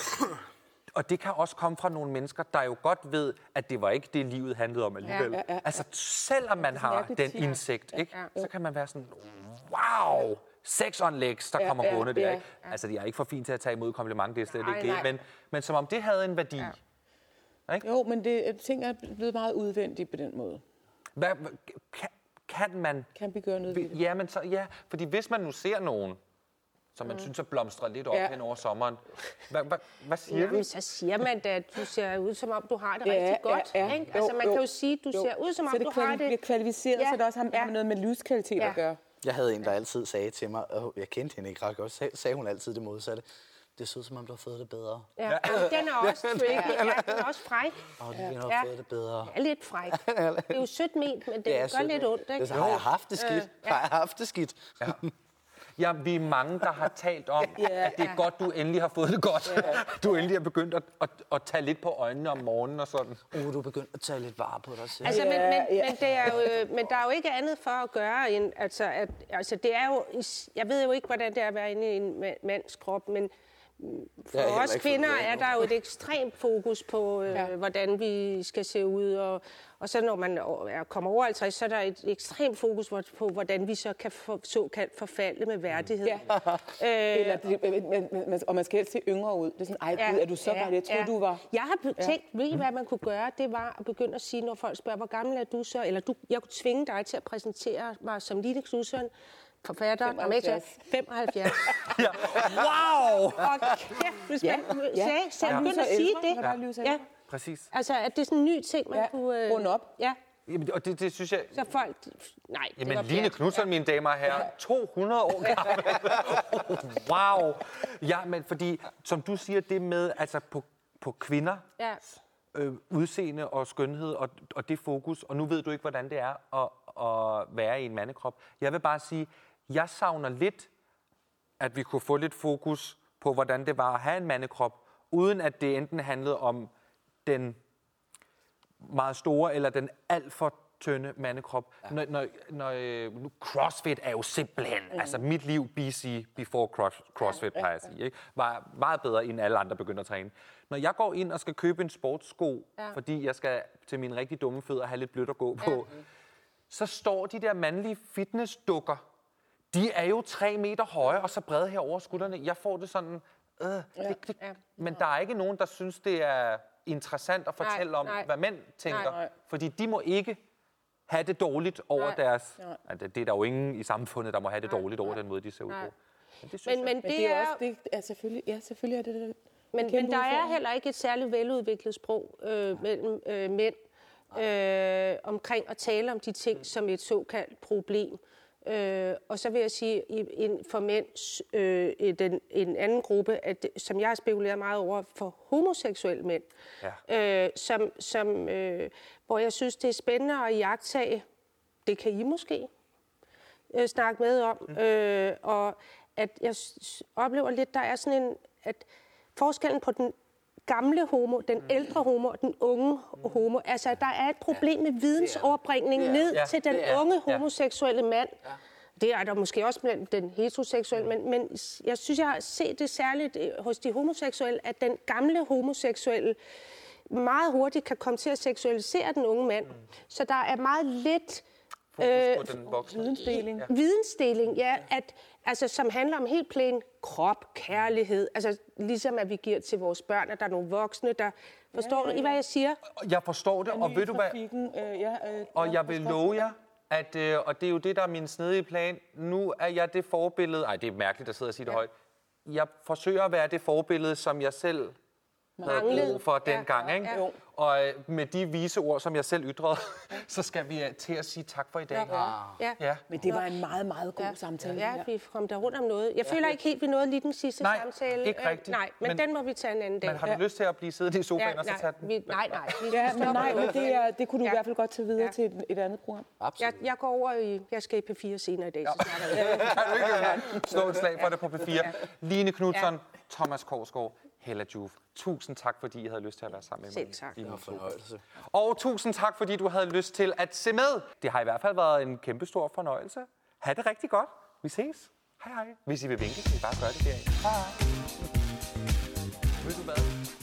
Og det kan også komme fra nogle mennesker, der jo godt ved, at det var ikke det, livet handlede om alligevel. Ja, ja, ja. Altså, selvom man har den indsigt, ikke, ja, ja. så kan man være sådan, wow, sex on legs, der ja, kommer ja, gående der. Ja, ja. Altså, de er ikke for fint til at tage imod kompliment, det er slet nej, ikke det. Men, men som om det havde en værdi. Ja. Ikke? Jo, men det, ting er blevet meget udvendige på den måde. Hvad, kan, kan man... Kan vi gøre noget ved det? Ja, men så, ja, fordi hvis man nu ser nogen, som man mm. synes, at blomstrer lidt op ja. hen over sommeren. Hvad, hvad, hvad siger du? Så siger man da, at du ser ud, som om du har det ja, rigtig godt. Ja, ja. Ikke? Altså, man jo, kan jo sige, at du jo. ser ud, som om du har det... Så det bliver kvalificeret, ja. så det også har ja. noget med livskvalitet ja. at gøre. Jeg havde en, der altid sagde til mig, og jeg kendte hende ikke ret godt, så sagde hun altid det modsatte. Det ser ud, som om du har fået det bedre. Ja, ja. den er også tricky. Ja, den er også fræk. Åh, oh, du har fået det bedre. Ja, lidt fræk. Det er jo sødt ment, men det gør sødt lidt ondt, ikke? Så har jeg haft det skidt. Har jeg haft det skidt. Ja. Ja, vi er mange, der har talt om, yeah, at det er yeah. godt, du endelig har fået det godt. Yeah. Du endelig har begyndt at, at, at tage lidt på øjnene om morgenen og sådan. Uh, du er begyndt at tage lidt vare på dig selv. Altså, men, men, yeah. men, det er jo, men der er jo ikke andet for at gøre end... Altså, at, altså, det er jo... Jeg ved jo ikke, hvordan det er at være inde i en mands krop, men... For os kvinder er der jo et ekstremt fokus på, øh, ja. hvordan vi skal se ud, og, og så når man er, kommer over halvtreds, så er der et ekstremt fokus på, hvordan vi så kan for, såkaldt forfalde med værdighed. Ja. Øh, Eller, men, men, og man skal helst se yngre ud. Det er sådan, ej, ja, er du så ja, jeg tror ja. du var... Jeg har tænkt, ja. ved I, hvad man kunne gøre? Det var at begynde at sige, når folk spørger, hvor gammel er du så? Eller du, jeg kunne tvinge dig til at præsentere mig som Line Knutzon, forfatter, femoghalvfjerds. femoghalvfjerds. Ja. Wow! Og kæft, hvis man ja. sagde, så ja. begyndte at sige det. Ja. Ja. Præcis. Altså, at det er sådan en ny ting, man ja. kunne... Øh, runde op. Ja. Jamen, og det, det synes jeg... Så folk... Nej, det Jamen, var Line Knutzon, mine damer og herrer, to hundrede år gammel. Wow! Ja, men fordi, som du siger, det med, altså på, på kvinder, ja. øh, udseende og skønhed og, og det fokus, og nu ved du ikke, hvordan det er at, at være i en mandekrop. Jeg vil bare sige, jeg savner lidt, at vi kunne få lidt fokus på, hvordan det var at have en mandekrop, uden at det enten handlede om den meget store eller den alt for tynde mandekrop. Ja. Når, når, når, nu, CrossFit er jo simpelthen, mm. altså mit liv B C, before cross, CrossFit, ja, ja, ja. Sige, ikke, var meget bedre, end alle andre begynder at træne. Når jeg går ind og skal købe en sportssko, ja. fordi jeg skal til mine rigtig dumme fødder have lidt blødt at gå på, ja. så står de der mandlige fitnessdukker, de er jo tre meter høje og så brede her over skuldrene. Jeg får det sådan... Øh, det, det, ja. Men der er ikke nogen, der synes, det er interessant at fortælle nej, om, nej. hvad mænd tænker. Nej, nej. Fordi de må ikke have det dårligt over nej, deres... Nej. Altså, det er der jo ingen i samfundet, der må have det dårligt nej, over nej, den måde, de ser ud på. Men, det men, men, det, men det er også... Det er selvfølgelig, ja, selvfølgelig er det det. Men, men der er heller ikke et særligt veludviklet sprog øh, mellem øh, mænd øh, omkring at tale om de ting som et såkaldt problem. Øh, og så vil jeg sige, i, in, for mænd, øh, i den, en anden gruppe, at, som jeg har spekuleret meget over, for homoseksuelle mænd, ja. øh, som, som, øh, hvor jeg synes, det er spændende at iagttage, det kan I måske øh, snakke med om, mm. øh, og at jeg oplever lidt, der er sådan en, at forskellen på den gamle homo, den ældre homo og den unge homo. Altså, der er et problem med vidensoverbringning ned ja, til den unge homoseksuelle mand. Ja. Det er der måske også blandt den heteroseksuelle, men, men jeg synes, jeg har set det særligt hos de homoseksuelle, at den gamle homoseksuelle meget hurtigt kan komme til at seksualisere den unge mand. Mm. Så der er meget lidt øh, vidensdeling. Ja. Vidensdeling, ja, at, altså, som handler om helt plain krop, kærlighed, altså ligesom at vi giver til vores børn, at der er nogle voksne, der... Forstår ja, ja, ja. du, hvad jeg siger? Jeg forstår det, og ved du hvad... Øh, ja, øh, og jeg vil love jer, at, øh, og det er jo det, der er min snedige plan, nu er jeg det forbillede... Ej, det er mærkeligt at sidde og sige det ja. højt. Jeg forsøger at være det forbillede, som jeg selv havde brug for ja. dengang, ikke? Ja. Og med de vise ord, som jeg selv ytrede, så skal vi til at sige tak for i dag. Ja. Ja. Ja. Men det var en meget, meget god ja. samtale. Ja, vi kom der rundt om noget. Jeg føler ikke helt, vi nåede lige den sidste nej, samtale. Ikke rigtigt. Nej, men, men den må vi tage en anden dag. Men har du ja. lyst til at blive siddende i sofaen ja, og så tage den? Vi, nej, nej. Vi ja, men nej, men det, er, det kunne du ja. i hvert fald godt tage videre ja. til et, et andet program. Jeg, jeg går over i... Jeg skal i P fire senere i dag, så snakker vi. Kan du ikke slå et slag for det på P fire? Line Knutzon, Thomas Korsgaard, Hella Joof. Tusind tak, fordi I havde lyst til at være sammen med mig. Selv tak. Det var fornøjelse. Og tusind tak, fordi du havde lyst til at se med. Det har i hvert fald været en kæmpestor fornøjelse. Ha' det rigtig godt. Vi ses. Hej hej. Hvis I vil vinke, kan I bare gøre det derinde. Hej hej. Ved du hvad?